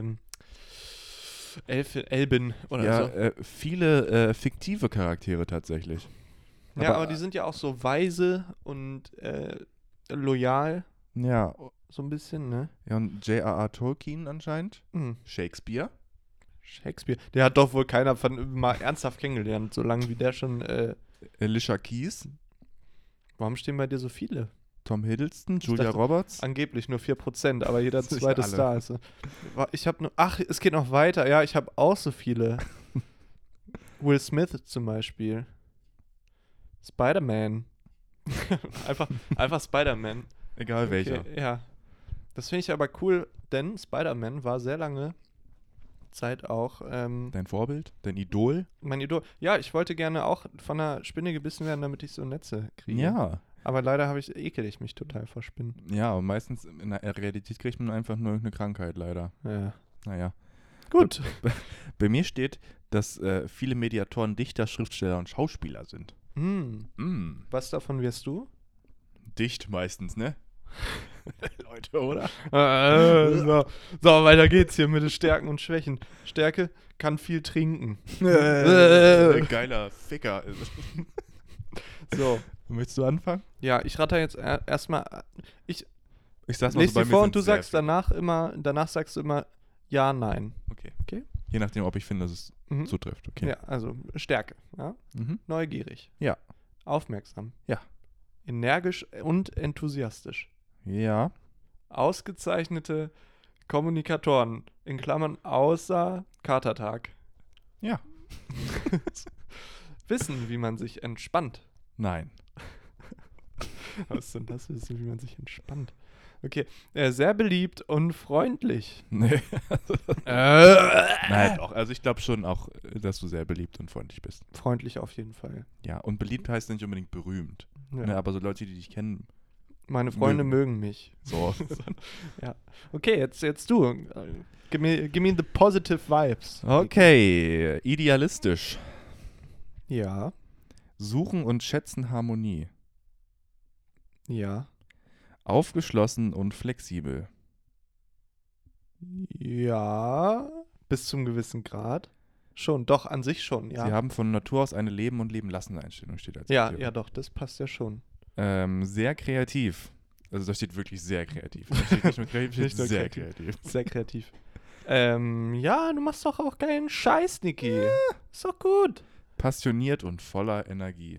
[SPEAKER 3] Elben oder so.
[SPEAKER 2] Viele fiktive Charaktere tatsächlich.
[SPEAKER 3] Ja, aber die sind ja auch so weise und loyal,
[SPEAKER 2] Ja,
[SPEAKER 3] so ein bisschen, ne?
[SPEAKER 2] ja, und J.R.R. Tolkien anscheinend.
[SPEAKER 3] Hm.
[SPEAKER 2] Shakespeare.
[SPEAKER 3] Shakespeare. Der hat doch wohl keiner mal ernsthaft kennengelernt, so lange wie der schon.
[SPEAKER 2] Alicia Keys.
[SPEAKER 3] Warum stehen bei dir so viele?
[SPEAKER 2] Tom Hiddleston. Julia
[SPEAKER 3] dachte,
[SPEAKER 2] Roberts.
[SPEAKER 3] Angeblich nur 4%, aber jeder
[SPEAKER 2] Das ist
[SPEAKER 3] zweite
[SPEAKER 2] alle.
[SPEAKER 3] Star ist. Ich habe nur. Ach, es geht noch weiter. Ja, ich habe auch so viele. Will Smith zum Beispiel. Spider-Man. einfach Spider-Man.
[SPEAKER 2] Egal welcher.
[SPEAKER 3] Okay, ja. Das finde ich aber cool, denn Spider-Man war sehr lange Zeit auch
[SPEAKER 2] Dein Vorbild? Dein Idol?
[SPEAKER 3] mein Idol. Ja, ich wollte gerne auch von einer Spinne gebissen werden, damit ich so Netze kriege.
[SPEAKER 2] Ja.
[SPEAKER 3] Aber leider ekel ich mich total vor Spinnen.
[SPEAKER 2] Ja, und meistens in der Realität kriegt man einfach nur irgendeine Krankheit, leider.
[SPEAKER 3] Ja.
[SPEAKER 2] Naja.
[SPEAKER 3] Gut.
[SPEAKER 2] Bei mir steht, dass viele Mediatoren Dichter, Schriftsteller und Schauspieler sind.
[SPEAKER 3] Was davon wirst du?
[SPEAKER 2] Dicht meistens, ne? Leute, oder?
[SPEAKER 3] So, weiter geht's hier mit den Stärken und Schwächen. Stärke kann viel trinken.
[SPEAKER 2] Geiler Ficker.
[SPEAKER 3] So.
[SPEAKER 2] Möchtest du anfangen?
[SPEAKER 3] Ja, ich ratter jetzt erstmal. Ich
[SPEAKER 2] Ich sag's mal
[SPEAKER 3] lese
[SPEAKER 2] so, bei
[SPEAKER 3] dir
[SPEAKER 2] mir
[SPEAKER 3] vor
[SPEAKER 2] sind
[SPEAKER 3] und du
[SPEAKER 2] sehr
[SPEAKER 3] sagst
[SPEAKER 2] viele.
[SPEAKER 3] danach sagst du immer ja, nein.
[SPEAKER 2] Okay.
[SPEAKER 3] Okay.
[SPEAKER 2] Je nachdem, ob ich finde, dass es
[SPEAKER 3] Mhm.
[SPEAKER 2] zutrifft. Okay.
[SPEAKER 3] Ja, also Stärke. Ja?
[SPEAKER 2] Mhm.
[SPEAKER 3] Neugierig.
[SPEAKER 2] Ja.
[SPEAKER 3] Aufmerksam.
[SPEAKER 2] Ja.
[SPEAKER 3] Energisch und enthusiastisch.
[SPEAKER 2] Ja.
[SPEAKER 3] Ausgezeichnete Kommunikatoren. In Klammern außer Katertag.
[SPEAKER 2] Ja.
[SPEAKER 3] Wissen, wie man sich entspannt.
[SPEAKER 2] Nein.
[SPEAKER 3] Was ist denn das? Wissen, wie man sich entspannt. Okay. Sehr beliebt und freundlich.
[SPEAKER 2] Nee. Nein, doch. Also ich glaube schon auch, dass du sehr beliebt und freundlich bist.
[SPEAKER 3] Freundlich auf jeden Fall.
[SPEAKER 2] Ja, und beliebt heißt nicht unbedingt berühmt.
[SPEAKER 3] Ja.
[SPEAKER 2] Ne, aber so Leute, die dich kennen,
[SPEAKER 3] Meine Freunde mögen mich.
[SPEAKER 2] so.
[SPEAKER 3] Ja. Okay, jetzt du. Give me the positive vibes.
[SPEAKER 2] Okay, idealistisch.
[SPEAKER 3] Ja.
[SPEAKER 2] Suchen und schätzen Harmonie.
[SPEAKER 3] Ja.
[SPEAKER 2] Aufgeschlossen und flexibel.
[SPEAKER 3] Ja. Bis zum gewissen Grad. Schon, doch, an sich schon, ja.
[SPEAKER 2] Sie haben von Natur aus eine Leben- und Leben-lassen-Einstellung, steht als
[SPEAKER 3] Ja,
[SPEAKER 2] Kriterium.
[SPEAKER 3] ja, doch, das passt ja schon.
[SPEAKER 2] Sehr kreativ. Also da steht wirklich sehr kreativ. Da steht nicht nur kreativ, steht
[SPEAKER 3] Nicht nur
[SPEAKER 2] sehr
[SPEAKER 3] kreativ.
[SPEAKER 2] kreativ.
[SPEAKER 3] Sehr kreativ. Ja, du machst doch auch geilen Scheiß, Niki. Ist doch gut.
[SPEAKER 2] Passioniert und voller Energie.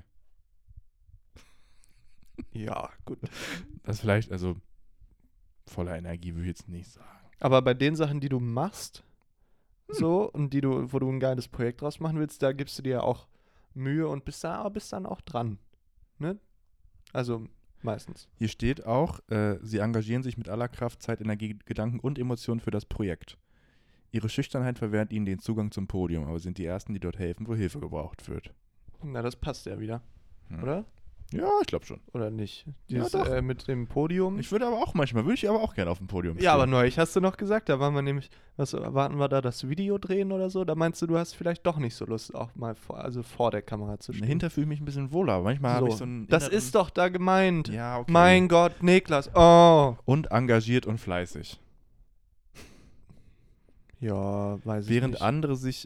[SPEAKER 3] Ja, gut.
[SPEAKER 2] Das vielleicht, also voller Energie würde ich jetzt nicht sagen.
[SPEAKER 3] Aber bei den Sachen, die du machst, so, und wo du ein geiles Projekt draus machen willst, da gibst du dir ja auch Mühe und bist dann auch dran. Ne? Also meistens.
[SPEAKER 2] Hier steht auch, sie engagieren sich mit aller Kraft, Zeit, Energie, Gedanken und Emotionen für das Projekt. Ihre Schüchternheit verwehrt ihnen den Zugang zum Podium, aber sind die Ersten, die dort helfen, wo Hilfe gebraucht wird.
[SPEAKER 3] Na, das passt ja wieder.
[SPEAKER 2] Hm.
[SPEAKER 3] Oder?
[SPEAKER 2] Ja, ich glaube schon.
[SPEAKER 3] Oder nicht?
[SPEAKER 2] Ja,
[SPEAKER 3] Dieses
[SPEAKER 2] doch.
[SPEAKER 3] mit dem Podium.
[SPEAKER 2] Würde ich aber auch gerne auf dem Podium stehen.
[SPEAKER 3] Ja, aber neulich hast du noch gesagt, da waren wir nämlich, was erwarten wir da, das Video drehen oder so? Da meinst du hast vielleicht doch nicht so Lust, auch mal vor der Kamera zu stehen.
[SPEAKER 2] Dahinter fühle ich mich ein bisschen wohler, aber manchmal habe ich so einen
[SPEAKER 3] Das
[SPEAKER 2] inneren-
[SPEAKER 3] ist doch da gemeint.
[SPEAKER 2] Ja, okay.
[SPEAKER 3] Mein Gott, Niklas. Oh.
[SPEAKER 2] Und engagiert und fleißig.
[SPEAKER 3] Ja, weiß ich
[SPEAKER 2] Während
[SPEAKER 3] nicht.
[SPEAKER 2] andere sich,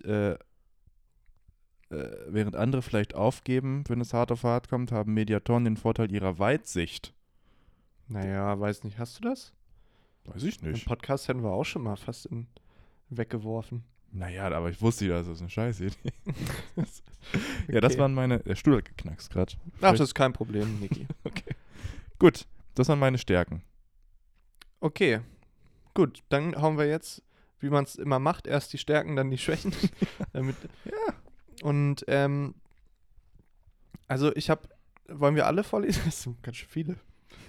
[SPEAKER 2] während andere vielleicht aufgeben, wenn es hart auf hart kommt, haben Mediatoren den Vorteil ihrer Weitsicht.
[SPEAKER 3] Naja, weiß nicht. Hast du das?
[SPEAKER 2] Weiß ich
[SPEAKER 3] Den
[SPEAKER 2] nicht.
[SPEAKER 3] Podcast hätten wir auch schon mal fast weggeworfen.
[SPEAKER 2] Naja, aber ich wusste ja, das ist eine Scheiße Idee. Ja, das
[SPEAKER 3] Okay.
[SPEAKER 2] waren meine. Der Stuhl hat geknackst gerade.
[SPEAKER 3] Ach, das ist kein Problem, Niki.
[SPEAKER 2] Okay. Gut, das waren meine Stärken.
[SPEAKER 3] Okay, gut. Dann hauen wir jetzt, wie man es immer macht, erst die Stärken, dann die Schwächen. Damit,
[SPEAKER 2] Ja.
[SPEAKER 3] Und, also wollen wir alle vorlesen? Das sind ganz schön viele.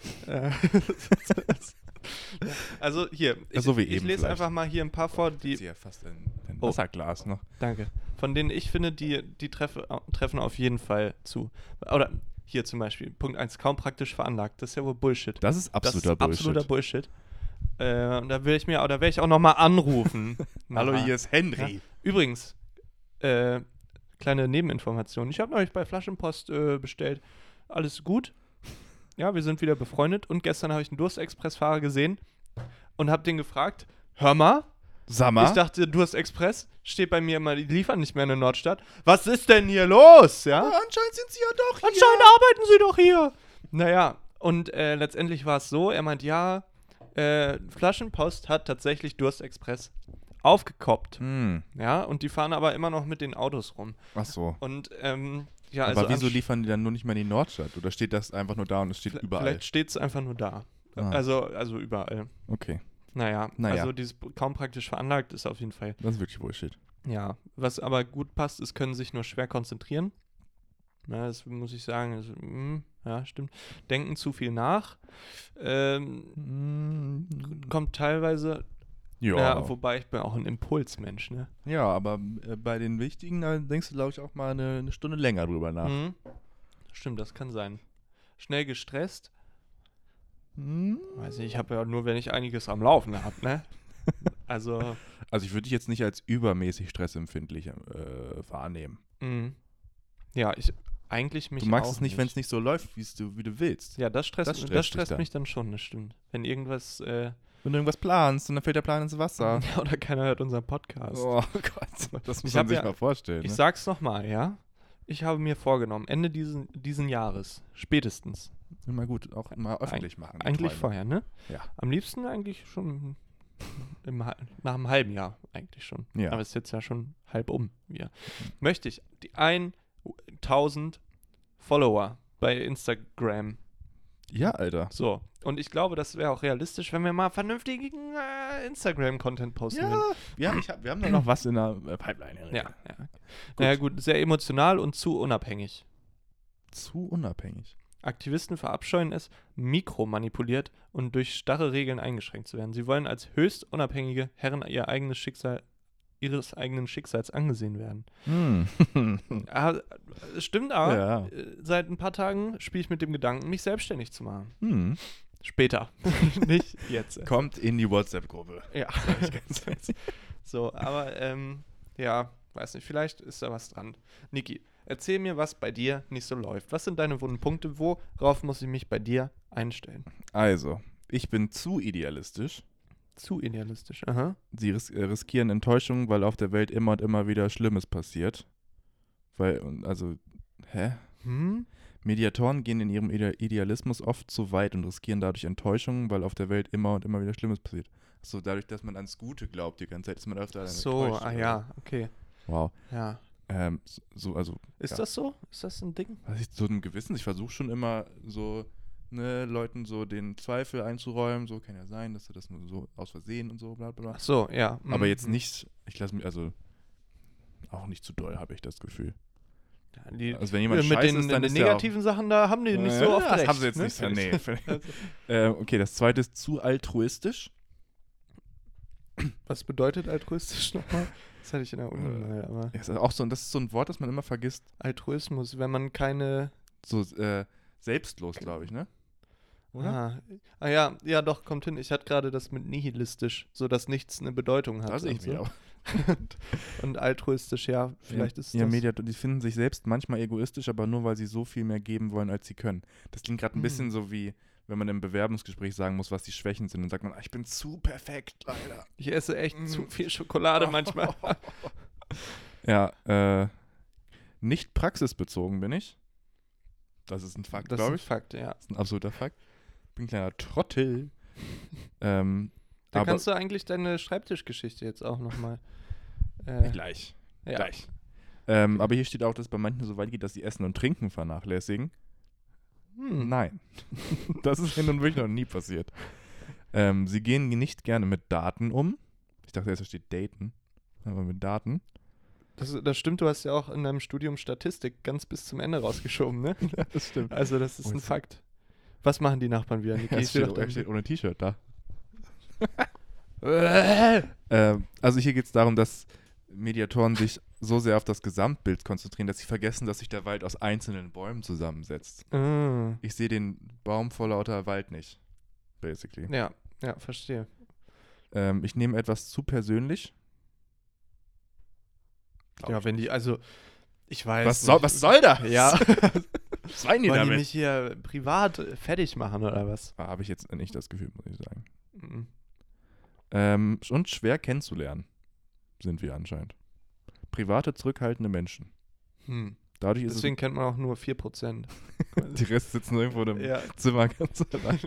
[SPEAKER 3] Also hier,
[SPEAKER 2] So wie
[SPEAKER 3] ich
[SPEAKER 2] eben
[SPEAKER 3] lese
[SPEAKER 2] vielleicht.
[SPEAKER 3] einfach mal hier ein paar vor,
[SPEAKER 2] Ich
[SPEAKER 3] die,
[SPEAKER 2] sehe ja fast ein
[SPEAKER 3] Oh.
[SPEAKER 2] Wasserglas noch.
[SPEAKER 3] danke, von denen ich finde, die treffen auf jeden Fall zu. Oder hier zum Beispiel, Punkt 1, kaum praktisch veranlagt. Das ist ja wohl Bullshit.
[SPEAKER 2] Das ist absoluter
[SPEAKER 3] das ist
[SPEAKER 2] Bullshit.
[SPEAKER 3] absoluter Bullshit. Und da werde ich auch nochmal anrufen.
[SPEAKER 2] Hallo,
[SPEAKER 3] Nachher.
[SPEAKER 2] hier ist Henry.
[SPEAKER 3] Ja. Übrigens, kleine Nebeninformation. Ich habe neulich bei Flaschenpost bestellt. Alles gut. Ja, wir sind wieder befreundet. Und gestern habe ich einen Durstexpress-Fahrer gesehen und habe den gefragt, hör mal,
[SPEAKER 2] Sammer?
[SPEAKER 3] ich dachte, Durstexpress steht bei mir immer, die liefern nicht mehr in der Nordstadt. Was ist denn hier los? Ja?
[SPEAKER 2] Anscheinend sind sie ja doch hier.
[SPEAKER 3] Anscheinend arbeiten sie doch hier. Naja, und letztendlich war es so, er meint, ja, Flaschenpost hat tatsächlich Durstexpress aufgekoppt. Ja, und die fahren aber immer noch mit den Autos rum.
[SPEAKER 2] Ach so.
[SPEAKER 3] Und, ja,
[SPEAKER 2] Aber
[SPEAKER 3] also
[SPEAKER 2] wieso liefern die dann nur nicht mehr in die Nordstadt? Oder steht das einfach nur da und es steht überall?
[SPEAKER 3] Vielleicht steht es einfach nur da.
[SPEAKER 2] Ah.
[SPEAKER 3] Also überall.
[SPEAKER 2] Okay,
[SPEAKER 3] Naja,
[SPEAKER 2] Naja.
[SPEAKER 3] also dieses kaum praktisch veranlagt ist auf jeden Fall.
[SPEAKER 2] das ist wirklich Bullshit.
[SPEAKER 3] Ja, was aber gut passt, ist, können sich nur schwer konzentrieren. Ja, das muss ich sagen. Also, ja, stimmt. Denken zu viel nach. Kommt teilweise. Ja, wobei ich bin auch ein Impulsmensch, ne?
[SPEAKER 2] Ja, aber bei den wichtigen, da denkst du, glaube ich, auch mal eine Stunde länger drüber nach.
[SPEAKER 3] Mhm. Stimmt, das kann sein. Schnell gestresst.
[SPEAKER 2] Hm?
[SPEAKER 3] Weiß nicht, ich habe ja nur, wenn ich einiges am Laufen habe, ne? Also,
[SPEAKER 2] Also ich würde dich jetzt nicht als übermäßig stressempfindlich wahrnehmen.
[SPEAKER 3] ja, eigentlich mich
[SPEAKER 2] Du magst
[SPEAKER 3] auch
[SPEAKER 2] es nicht, wenn es nicht so läuft, wie du willst.
[SPEAKER 3] Ja, das stresst
[SPEAKER 2] dich dann.
[SPEAKER 3] mich dann schon, das stimmt. Wenn irgendwas,
[SPEAKER 2] Wenn du irgendwas planst und dann fällt der Plan ins Wasser.
[SPEAKER 3] ja, oder keiner hört unseren Podcast.
[SPEAKER 2] Oh Gott, das muss
[SPEAKER 3] Ich
[SPEAKER 2] man
[SPEAKER 3] hab
[SPEAKER 2] sich
[SPEAKER 3] ja-
[SPEAKER 2] mal vorstellen.
[SPEAKER 3] Ich
[SPEAKER 2] Ne?
[SPEAKER 3] sag's nochmal, ja? Ich habe mir vorgenommen, Ende diesen Jahres, spätestens,
[SPEAKER 2] Immer gut, auch mal öffentlich machen. die
[SPEAKER 3] eigentlich
[SPEAKER 2] Träume.
[SPEAKER 3] vorher, ne?
[SPEAKER 2] Ja.
[SPEAKER 3] Am liebsten eigentlich schon nach einem halben Jahr eigentlich schon.
[SPEAKER 2] Ja.
[SPEAKER 3] Aber es ist jetzt ja schon halb um. Ja. Möchte ich die 1000 Follower bei Instagram.
[SPEAKER 2] Ja, Alter.
[SPEAKER 3] So. Und ich glaube, das wäre auch realistisch, wenn wir mal vernünftigen Instagram-Content posten würden.
[SPEAKER 2] Ja, wir haben da noch was in der Pipeline. Henrik.
[SPEAKER 3] Ja. Naja, gut, sehr emotional und zu unabhängig.
[SPEAKER 2] Zu unabhängig.
[SPEAKER 3] Aktivisten verabscheuen es, mikromanipuliert und durch starre Regeln eingeschränkt zu werden. Sie wollen als höchst unabhängige Herren ihres eigenen Schicksals angesehen werden. Es stimmt aber,
[SPEAKER 2] Ja.
[SPEAKER 3] Seit ein paar Tagen spiele ich mit dem Gedanken, mich selbstständig zu machen.
[SPEAKER 2] Hm.
[SPEAKER 3] Später, nicht jetzt.
[SPEAKER 2] Kommt in die WhatsApp-Gruppe.
[SPEAKER 3] Ja. So, aber ja, weiß nicht, vielleicht ist da was dran. Niki, erzähl mir, was bei dir nicht so läuft. Was sind deine wunden Punkte? Worauf muss ich mich bei dir einstellen?
[SPEAKER 2] Also, ich bin zu idealistisch.
[SPEAKER 3] Zu idealistisch, aha.
[SPEAKER 2] Sie riskieren Enttäuschung, weil auf der Welt immer und immer wieder Schlimmes passiert. Mediatoren gehen in ihrem Idealismus oft zu weit und riskieren dadurch Enttäuschungen, weil auf der Welt immer und immer wieder Schlimmes passiert. So, dadurch, dass man ans Gute glaubt die ganze Zeit, ist man öfter dann
[SPEAKER 3] So,
[SPEAKER 2] enttäuscht.
[SPEAKER 3] ja, okay.
[SPEAKER 2] Wow.
[SPEAKER 3] Ja.
[SPEAKER 2] Ist
[SPEAKER 3] Das so? Ist das ein Ding?
[SPEAKER 2] Also ich, so ein Gewissen, ich versuche schon immer so, Leuten so den Zweifel einzuräumen, so kann ja sein, dass du das nur so aus Versehen und so, bla bla bla.
[SPEAKER 3] Ach so, ja.
[SPEAKER 2] Aber jetzt nicht, ich lasse mich, also auch nicht zu doll, habe ich das Gefühl. Also wenn jemand
[SPEAKER 3] mit
[SPEAKER 2] scheiße
[SPEAKER 3] den,
[SPEAKER 2] ist, dann
[SPEAKER 3] den
[SPEAKER 2] ist der
[SPEAKER 3] negativen Sachen, da haben die nicht so oft
[SPEAKER 2] das
[SPEAKER 3] recht.
[SPEAKER 2] haben sie jetzt
[SPEAKER 3] ne?
[SPEAKER 2] nicht so, nee.
[SPEAKER 3] Also,
[SPEAKER 2] Okay, das zweite ist zu altruistisch.
[SPEAKER 3] was bedeutet altruistisch nochmal? Das hatte ich in der Uni mal, aber
[SPEAKER 2] Das ist auch so, das ist so ein Wort, das man immer vergisst.
[SPEAKER 3] Altruismus, wenn man keine...
[SPEAKER 2] So, selbstlos, glaube ich, ne? Oder?
[SPEAKER 3] Ja, doch, kommt hin. Ich hatte gerade das mit nihilistisch, so dass nichts eine Bedeutung hat.
[SPEAKER 2] Da sehe ich
[SPEAKER 3] und
[SPEAKER 2] mich
[SPEAKER 3] so.
[SPEAKER 2] auch.
[SPEAKER 3] Und altruistisch, ja, vielleicht ist
[SPEAKER 2] Ja,
[SPEAKER 3] das.
[SPEAKER 2] die finden sich selbst manchmal egoistisch, aber nur, weil sie so viel mehr geben wollen, als sie können. Das klingt gerade ein bisschen so wie, wenn man im Bewerbungsgespräch sagen muss, was die Schwächen sind. Und sagt man, ich bin zu perfekt, leider.
[SPEAKER 3] Ich esse echt zu viel Schokolade manchmal.
[SPEAKER 2] Ja, nicht praxisbezogen bin ich. Das ist ein Fakt,
[SPEAKER 3] Das ist
[SPEAKER 2] glaube
[SPEAKER 3] ein
[SPEAKER 2] ich.
[SPEAKER 3] Fakt, ja.
[SPEAKER 2] Das ist ein absoluter Fakt. Ich bin ein kleiner Trottel.
[SPEAKER 3] Da
[SPEAKER 2] Aber
[SPEAKER 3] kannst du eigentlich deine Schreibtischgeschichte jetzt auch nochmal.
[SPEAKER 2] gleich.
[SPEAKER 3] Ja.
[SPEAKER 2] Gleich. Aber hier steht auch, dass es bei manchen so weit geht, dass sie Essen und Trinken vernachlässigen. Nein. Das ist mir nun wirklich noch nie passiert. Sie gehen nicht gerne mit Daten um. Ich dachte erst, da steht Daten. Aber mit Daten.
[SPEAKER 3] Das stimmt, du hast ja auch in deinem Studium Statistik ganz bis zum Ende rausgeschoben, ne?
[SPEAKER 2] Ja, das stimmt.
[SPEAKER 3] Also das ist
[SPEAKER 2] Oh,
[SPEAKER 3] ein
[SPEAKER 2] jetzt-
[SPEAKER 3] Fakt. Was machen die Nachbarn wieder? Niki?
[SPEAKER 2] Es steht ohne T-Shirt da.
[SPEAKER 3] Äh.
[SPEAKER 2] Also hier geht es darum, dass Mediatoren sich so sehr auf das Gesamtbild konzentrieren, dass sie vergessen, dass sich der Wald aus einzelnen Bäumen zusammensetzt. Ich sehe den Baum vor lauter Wald nicht, basically.
[SPEAKER 3] Ja, verstehe.
[SPEAKER 2] Ich nehme etwas zu persönlich.
[SPEAKER 3] Ja, wenn die, also, ich weiß
[SPEAKER 2] Was soll das?
[SPEAKER 3] Ja.
[SPEAKER 2] Was meinen die
[SPEAKER 3] Wollen die
[SPEAKER 2] damit?
[SPEAKER 3] mich hier privat fertig machen oder was?
[SPEAKER 2] Habe ich jetzt nicht das Gefühl, muss ich sagen.
[SPEAKER 3] Mhm.
[SPEAKER 2] Und schwer kennenzulernen sind wir anscheinend. Private, zurückhaltende Menschen. Dadurch ist
[SPEAKER 3] Deswegen kennt man auch nur 4%.
[SPEAKER 2] die Rest sitzen irgendwo in einem
[SPEAKER 3] Ja.
[SPEAKER 2] Zimmer ganz allein.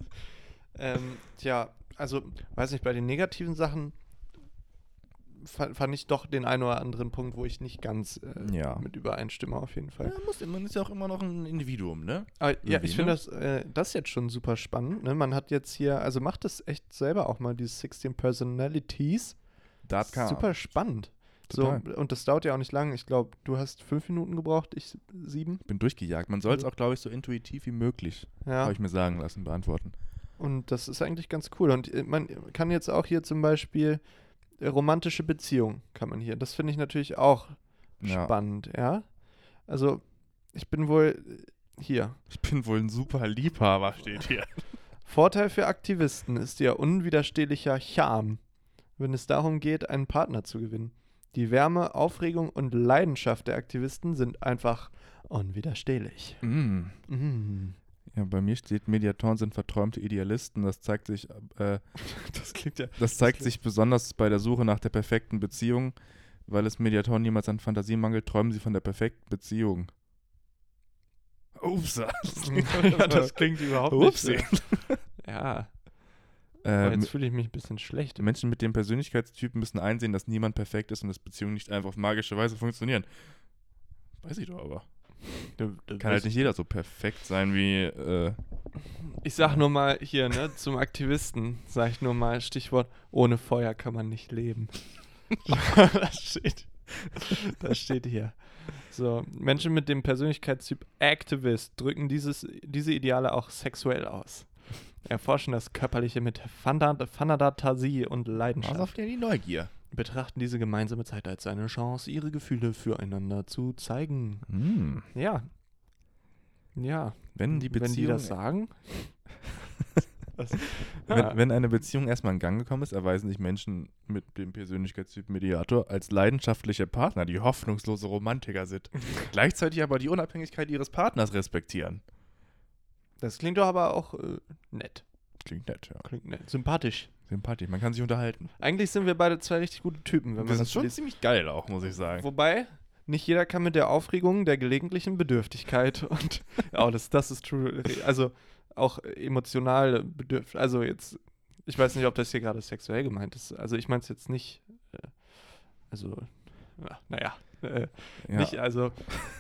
[SPEAKER 3] Tja, also, weiß nicht, bei den negativen Sachen fand ich doch den einen oder anderen Punkt, wo ich nicht ganz
[SPEAKER 2] Ja.
[SPEAKER 3] mit übereinstimme, auf jeden Fall.
[SPEAKER 2] Man ist ja auch immer noch ein Individuum, ne?
[SPEAKER 3] Aber ja,
[SPEAKER 2] Irgendwie,
[SPEAKER 3] ich finde
[SPEAKER 2] ne?
[SPEAKER 3] das jetzt schon super spannend. Ne? Man hat jetzt hier, also macht das echt selber auch mal, diese 16 Personalities.
[SPEAKER 2] Datka.
[SPEAKER 3] Super spannend.
[SPEAKER 2] Total.
[SPEAKER 3] So, und das dauert ja auch nicht lang. Ich glaube, du hast 5 Minuten gebraucht, ich 7.
[SPEAKER 2] Bin durchgejagt. Man soll es auch, glaube ich, so intuitiv wie möglich,
[SPEAKER 3] Ja.
[SPEAKER 2] habe ich mir sagen lassen, beantworten.
[SPEAKER 3] Und das ist eigentlich ganz cool. Und man kann jetzt auch hier zum Beispiel romantische Beziehung kann man hier. Das finde ich natürlich auch
[SPEAKER 2] Ja.
[SPEAKER 3] spannend, ja. Also, ich bin wohl hier.
[SPEAKER 2] Ich bin wohl ein super Liebhaber, steht hier.
[SPEAKER 3] Vorteil für Aktivisten ist ihr unwiderstehlicher Charme, wenn es darum geht, einen Partner zu gewinnen. Die Wärme, Aufregung und Leidenschaft der Aktivisten sind einfach unwiderstehlich.
[SPEAKER 2] Ja, bei mir steht, Mediatoren sind verträumte Idealisten. Das zeigt sich,
[SPEAKER 3] Das klingt ja.
[SPEAKER 2] sich besonders bei der Suche nach der perfekten Beziehung, weil es Mediatoren niemals an Fantasie mangelt, träumen sie von der perfekten Beziehung. Ups.
[SPEAKER 3] Das klingt überhaupt
[SPEAKER 2] Upsi.
[SPEAKER 3] nicht. Ja. Aber jetzt fühle ich mich ein bisschen schlecht.
[SPEAKER 2] Menschen mit dem Persönlichkeitstypen müssen einsehen, dass niemand perfekt ist und dass Beziehungen nicht einfach auf magische Weise funktionieren. Weiß ich doch aber. Kann halt nicht jeder so perfekt sein wie.
[SPEAKER 3] Ich sag nur mal hier, ne, zum Aktivisten, sag ich nur mal Stichwort, ohne Feuer kann man nicht leben. Das steht hier. So, Menschen mit dem Persönlichkeitstyp Activist drücken diese Ideale auch sexuell aus. Erforschen das Körperliche mit Fantasie und Leidenschaft.
[SPEAKER 2] auf die Neugier.
[SPEAKER 3] Betrachten diese gemeinsame Zeit als eine Chance, ihre Gefühle füreinander zu zeigen. Ja. Ja.
[SPEAKER 2] Wenn die Beziehung.
[SPEAKER 3] das sagen.
[SPEAKER 2] Wenn eine Beziehung erstmal in Gang gekommen ist, erweisen sich Menschen mit dem Persönlichkeitstyp Mediator als leidenschaftliche Partner, die hoffnungslose Romantiker sind. Gleichzeitig aber die Unabhängigkeit ihres Partners respektieren.
[SPEAKER 3] Das klingt doch aber auch nett.
[SPEAKER 2] Klingt nett, ja.
[SPEAKER 3] Klingt nett. Sympathisch.
[SPEAKER 2] Sympathisch, man kann sich unterhalten.
[SPEAKER 3] Eigentlich sind wir beide zwei richtig gute Typen, wenn man
[SPEAKER 2] Das
[SPEAKER 3] das
[SPEAKER 2] ist schon
[SPEAKER 3] liest.
[SPEAKER 2] ziemlich geil auch, muss ich sagen.
[SPEAKER 3] Wobei, nicht jeder kann mit der Aufregung der gelegentlichen Bedürftigkeit und das ist true. Also auch emotional bedürftig. Also jetzt, ich weiß nicht, ob das hier gerade sexuell gemeint ist. Also ich meine es jetzt nicht. Nicht, also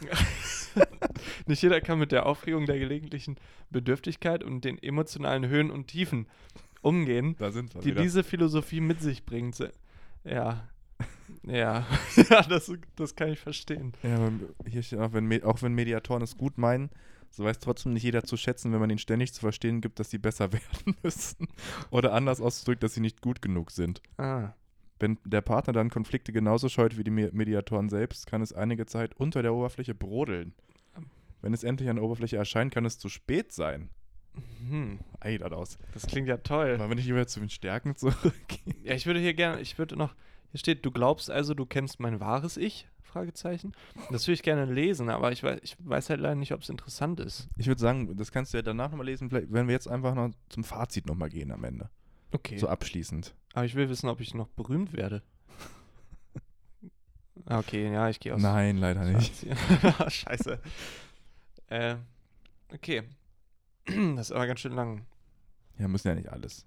[SPEAKER 3] nicht jeder kann mit der Aufregung der gelegentlichen Bedürftigkeit und den emotionalen Höhen und Tiefen umgehen,
[SPEAKER 2] Da sind wir
[SPEAKER 3] die
[SPEAKER 2] wieder.
[SPEAKER 3] diese Philosophie mit sich bringt. Ja. Ja, das kann ich verstehen.
[SPEAKER 2] Ja, aber hier steht auch wenn Mediatoren es gut meinen, so weiß trotzdem nicht jeder zu schätzen, wenn man ihnen ständig zu verstehen gibt, dass sie besser werden müssen. Oder anders ausgedrückt, dass sie nicht gut genug sind. Wenn der Partner dann Konflikte genauso scheut wie die Mediatoren selbst, kann es einige Zeit unter der Oberfläche brodeln. Wenn es endlich an der Oberfläche erscheint, kann es zu spät sein.
[SPEAKER 3] Hm,
[SPEAKER 2] Daraus.
[SPEAKER 3] das klingt ja toll.
[SPEAKER 2] Aber wenn ich lieber zu den Stärken zurückgehe.
[SPEAKER 3] Ja, hier steht, du glaubst also, du kennst mein wahres Ich? Fragezeichen. Das würde ich gerne lesen, aber ich weiß halt leider nicht, ob es interessant ist.
[SPEAKER 2] Ich würde sagen, das kannst du ja danach nochmal lesen, vielleicht, wenn wir jetzt einfach noch zum Fazit nochmal gehen am Ende.
[SPEAKER 3] Okay.
[SPEAKER 2] So abschließend.
[SPEAKER 3] Aber ich will wissen, ob ich noch berühmt werde. Okay, ja, ich gehe aus.
[SPEAKER 2] Nein, leider nicht.
[SPEAKER 3] Scheiße. Okay. Das ist aber ganz schön lang.
[SPEAKER 2] Ja, müssen ja nicht alles.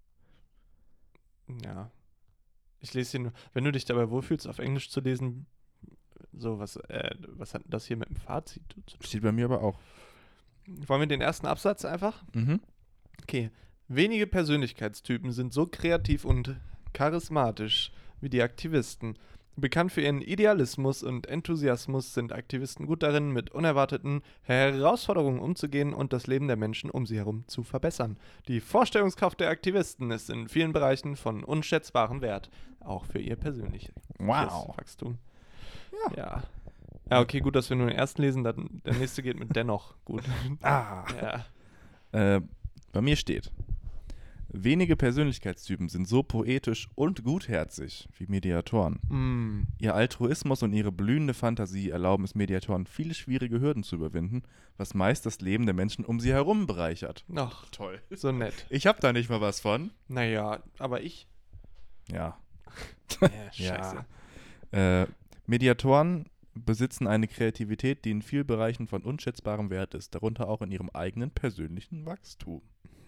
[SPEAKER 3] Ja. Ich lese hier nur, wenn du dich dabei wohlfühlst, auf Englisch zu lesen, so, was hat das hier mit dem Fazit zu tun?
[SPEAKER 2] Steht bei mir aber auch.
[SPEAKER 3] Wollen wir den ersten Absatz einfach?
[SPEAKER 2] Mhm.
[SPEAKER 3] Okay. Wenige Persönlichkeitstypen sind so kreativ und charismatisch wie die Aktivisten. Bekannt für ihren Idealismus und Enthusiasmus sind Aktivisten gut darin, mit unerwarteten Herausforderungen umzugehen und das Leben der Menschen um sie herum zu verbessern. Die Vorstellungskraft der Aktivisten ist in vielen Bereichen von unschätzbarem Wert, auch für ihr persönliches Wachstum. Ja. Ja, okay, gut, dass wir nur den ersten lesen, dann der nächste geht mit dennoch gut. Ja.
[SPEAKER 2] Bei mir steht: Wenige Persönlichkeitstypen sind so poetisch und gutherzig wie Mediatoren. Ihr Altruismus und ihre blühende Fantasie erlauben es Mediatoren, viele schwierige Hürden zu überwinden, was meist das Leben der Menschen um sie herum bereichert.
[SPEAKER 3] Ach,
[SPEAKER 2] Toll.
[SPEAKER 3] so nett.
[SPEAKER 2] Ich hab da nicht mal was von.
[SPEAKER 3] Naja, aber ich.
[SPEAKER 2] Ja.
[SPEAKER 3] Scheiße.
[SPEAKER 2] Mediatoren besitzen eine Kreativität, die in vielen Bereichen von unschätzbarem Wert ist, darunter auch in ihrem eigenen persönlichen Wachstum.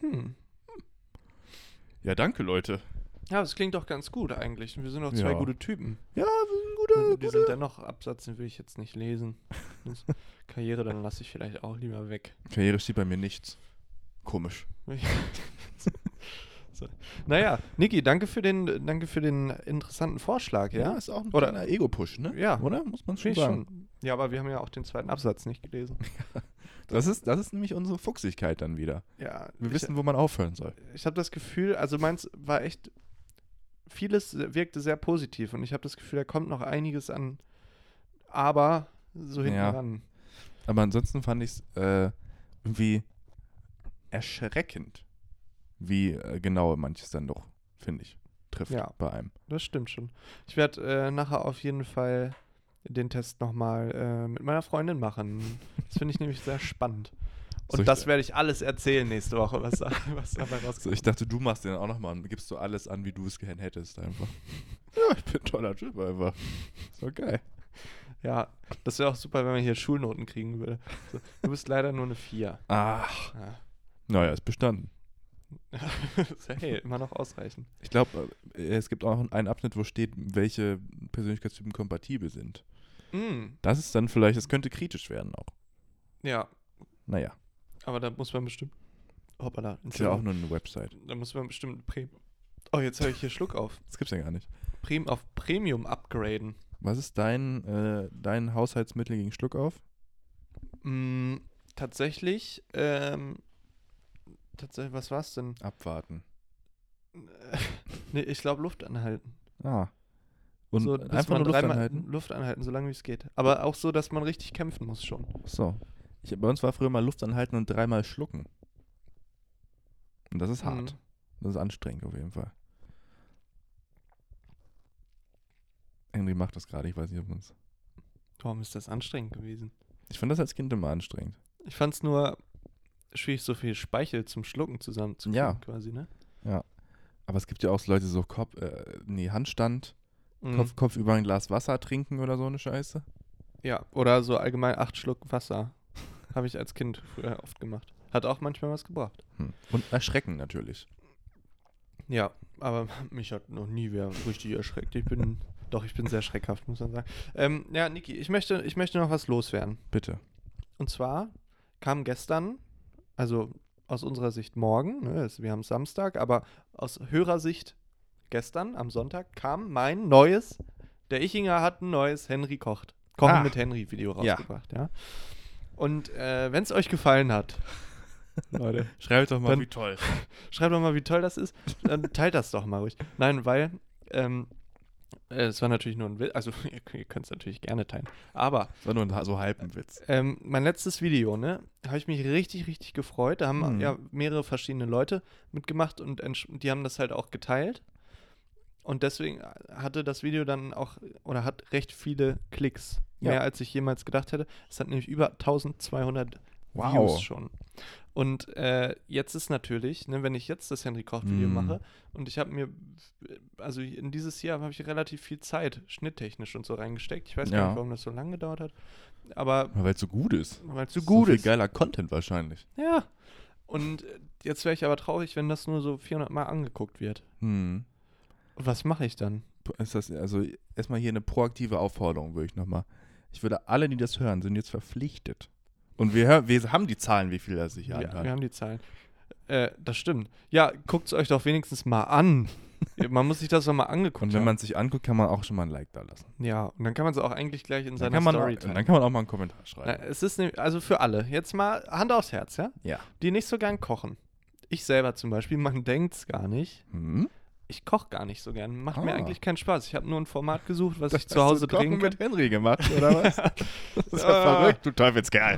[SPEAKER 2] Ja, danke, Leute.
[SPEAKER 3] Ja, das klingt doch ganz gut eigentlich. Wir sind doch zwei
[SPEAKER 2] Ja.
[SPEAKER 3] gute Typen.
[SPEAKER 2] Ja, wir sind
[SPEAKER 3] Die sind dennoch Absatz, den will ich jetzt nicht lesen. Karriere, dann lasse ich vielleicht auch lieber weg.
[SPEAKER 2] Karriere steht bei mir nichts. Komisch.
[SPEAKER 3] So. Naja, Niki, danke für den interessanten Vorschlag, ja?
[SPEAKER 2] ist auch ein
[SPEAKER 3] Oder-
[SPEAKER 2] kleiner Ego-Push, ne?
[SPEAKER 3] Ja.
[SPEAKER 2] Oder? Muss man schon
[SPEAKER 3] Finde ich
[SPEAKER 2] sagen.
[SPEAKER 3] schon. Ja, aber wir haben ja auch den zweiten Absatz nicht gelesen.
[SPEAKER 2] Das ist nämlich unsere Fuchsigkeit dann wieder.
[SPEAKER 3] Ja,
[SPEAKER 2] Wir wissen, wo man aufhören soll.
[SPEAKER 3] ich habe das Gefühl, also meins war echt, vieles wirkte sehr positiv und ich habe das Gefühl, da kommt noch einiges an aber so hinten
[SPEAKER 2] Ja.
[SPEAKER 3] ran.
[SPEAKER 2] Aber ansonsten fand ich es irgendwie erschreckend, wie genau manches dann doch, finde ich, trifft
[SPEAKER 3] Ja.
[SPEAKER 2] bei einem.
[SPEAKER 3] Das stimmt schon. Ich werde nachher auf jeden Fall den Test nochmal mit meiner Freundin machen. Das finde ich nämlich sehr spannend. Und
[SPEAKER 2] So,
[SPEAKER 3] das werde ich alles erzählen nächste Woche, was dabei rauskommt.
[SPEAKER 2] So, ich dachte, du machst den auch nochmal und gibst so alles an, wie du es gern hättest einfach. Ja, ich bin ein toller Typ einfach. Ist doch geil.
[SPEAKER 3] Ja, das wäre auch super, wenn man hier Schulnoten kriegen würde. So, du bist leider nur eine 4.
[SPEAKER 2] Ach,
[SPEAKER 3] Ja.
[SPEAKER 2] naja, ist bestanden.
[SPEAKER 3] Ist ja, hey, immer noch ausreichend.
[SPEAKER 2] Ich glaube, es gibt auch noch einen Abschnitt, wo steht, welche Persönlichkeitstypen kompatibel sind. Das ist dann vielleicht, das könnte kritisch werden auch.
[SPEAKER 3] Ja,
[SPEAKER 2] Naja,
[SPEAKER 3] aber da muss man bestimmt. Hoppala.
[SPEAKER 2] ist ja auch nur eine Website.
[SPEAKER 3] Da muss man bestimmt Oh, jetzt höre ich hier Schluck auf.
[SPEAKER 2] Das gibt's ja gar nicht.
[SPEAKER 3] Auf Premium upgraden.
[SPEAKER 2] Was ist dein Haushaltsmittel gegen Schluck auf?
[SPEAKER 3] Tatsächlich, was war's denn?
[SPEAKER 2] Abwarten.
[SPEAKER 3] Nee, ich glaube Luft anhalten.
[SPEAKER 2] Ah. Und
[SPEAKER 3] so, dass
[SPEAKER 2] einfach
[SPEAKER 3] man
[SPEAKER 2] nur Luft
[SPEAKER 3] dreimal
[SPEAKER 2] anhalten?
[SPEAKER 3] Luft anhalten, solange wie es geht. Aber auch so, dass man richtig kämpfen muss schon.
[SPEAKER 2] So. Bei uns war früher mal Luft anhalten und 3-mal schlucken. Und das ist hart. Das ist anstrengend auf jeden Fall. Henry macht das gerade, ich weiß nicht, ob man es.
[SPEAKER 3] Warum ist das anstrengend gewesen?
[SPEAKER 2] Ich fand das als Kind immer anstrengend.
[SPEAKER 3] Ich fand es nur schwierig, so viel Speichel zum Schlucken zusammenzukriegen,
[SPEAKER 2] Ja.
[SPEAKER 3] quasi, ne?
[SPEAKER 2] Aber es gibt ja auch so Leute, so Handstand, Kopf über ein Glas Wasser trinken oder so eine Scheiße.
[SPEAKER 3] Ja, oder so allgemein 8 Schluck Wasser. Habe ich als Kind früher oft gemacht. Hat auch manchmal was gebracht.
[SPEAKER 2] Und erschrecken natürlich.
[SPEAKER 3] Ja, aber mich hat noch nie wer richtig erschreckt. Ich bin sehr schreckhaft, muss man sagen. Ja, Niki, ich möchte noch was loswerden.
[SPEAKER 2] Bitte.
[SPEAKER 3] Und zwar kam gestern, also aus unserer Sicht morgen, ne, wir haben Samstag, aber aus Hörersicht gestern, am Sonntag, kam der Ichinger hat ein neues Henry Kochen mit Henry Video rausgebracht, ja. Und wenn es euch gefallen hat, Leute,
[SPEAKER 2] Schreibt doch mal,
[SPEAKER 3] Dann-
[SPEAKER 2] wie toll.
[SPEAKER 3] schreibt doch mal, wie toll das ist, dann teilt das doch mal ruhig. Nein, weil Es war natürlich nur ein Witz, also ihr könnt es natürlich gerne teilen. Aber
[SPEAKER 2] Das war nur so halb ein Witz.
[SPEAKER 3] mein letztes Video, ne, habe ich mich richtig, richtig gefreut. Da haben ja mehrere verschiedene Leute mitgemacht und die haben das halt auch geteilt. Und deswegen hatte das Video dann auch, oder hat recht viele Klicks.
[SPEAKER 2] Ja.
[SPEAKER 3] Mehr als ich jemals gedacht hätte. Es hat nämlich über 1200
[SPEAKER 2] Wow.
[SPEAKER 3] Views schon. Und jetzt ist natürlich, ne, wenn ich jetzt das Henry Koch-Video mache und ich habe mir, also in dieses Jahr habe ich relativ viel Zeit schnitttechnisch und so reingesteckt. Ich weiß gar nicht, warum das so lange gedauert hat. Aber
[SPEAKER 2] Weil es so gut ist.
[SPEAKER 3] weil es so gut
[SPEAKER 2] viel
[SPEAKER 3] ist.
[SPEAKER 2] Geiler Content wahrscheinlich.
[SPEAKER 3] Ja. Und jetzt wäre ich aber traurig, wenn das nur so 400 Mal angeguckt wird.
[SPEAKER 2] Hm.
[SPEAKER 3] Und was mache ich dann?
[SPEAKER 2] Ist das, also erstmal hier eine proaktive Aufforderung, würde ich nochmal. Ich würde alle, die das hören, sind jetzt verpflichtet. Und wir haben die Zahlen, wie viel das sich anhört.
[SPEAKER 3] Wir haben die Zahlen. Das stimmt. Ja, guckt es euch doch wenigstens mal an. Man muss sich das doch mal angeguckt
[SPEAKER 2] Und wenn
[SPEAKER 3] haben.
[SPEAKER 2] man es sich anguckt, kann man auch schon mal ein Like da lassen.
[SPEAKER 3] Ja, und dann kann man es auch eigentlich gleich in
[SPEAKER 2] Dann
[SPEAKER 3] seiner
[SPEAKER 2] kann, man
[SPEAKER 3] Story
[SPEAKER 2] auch,
[SPEAKER 3] teilen.
[SPEAKER 2] dann kann man auch mal einen Kommentar schreiben.
[SPEAKER 3] Es ist also für alle. Jetzt mal Hand aufs Herz, ja?
[SPEAKER 2] Ja.
[SPEAKER 3] Die nicht so gern kochen. Ich selber zum Beispiel, man denkt es gar nicht.
[SPEAKER 2] Hm?
[SPEAKER 3] Ich koche gar nicht so gern. Macht mir
[SPEAKER 2] Ah.
[SPEAKER 3] eigentlich keinen Spaß. Ich habe nur ein Format gesucht, was ich
[SPEAKER 2] Hast
[SPEAKER 3] zu Hause
[SPEAKER 2] du Kochen
[SPEAKER 3] trinken kann.
[SPEAKER 2] mit Henry gemacht, oder was? Das ist ja
[SPEAKER 3] Ah.
[SPEAKER 2] verrückt, du Teufelskerl.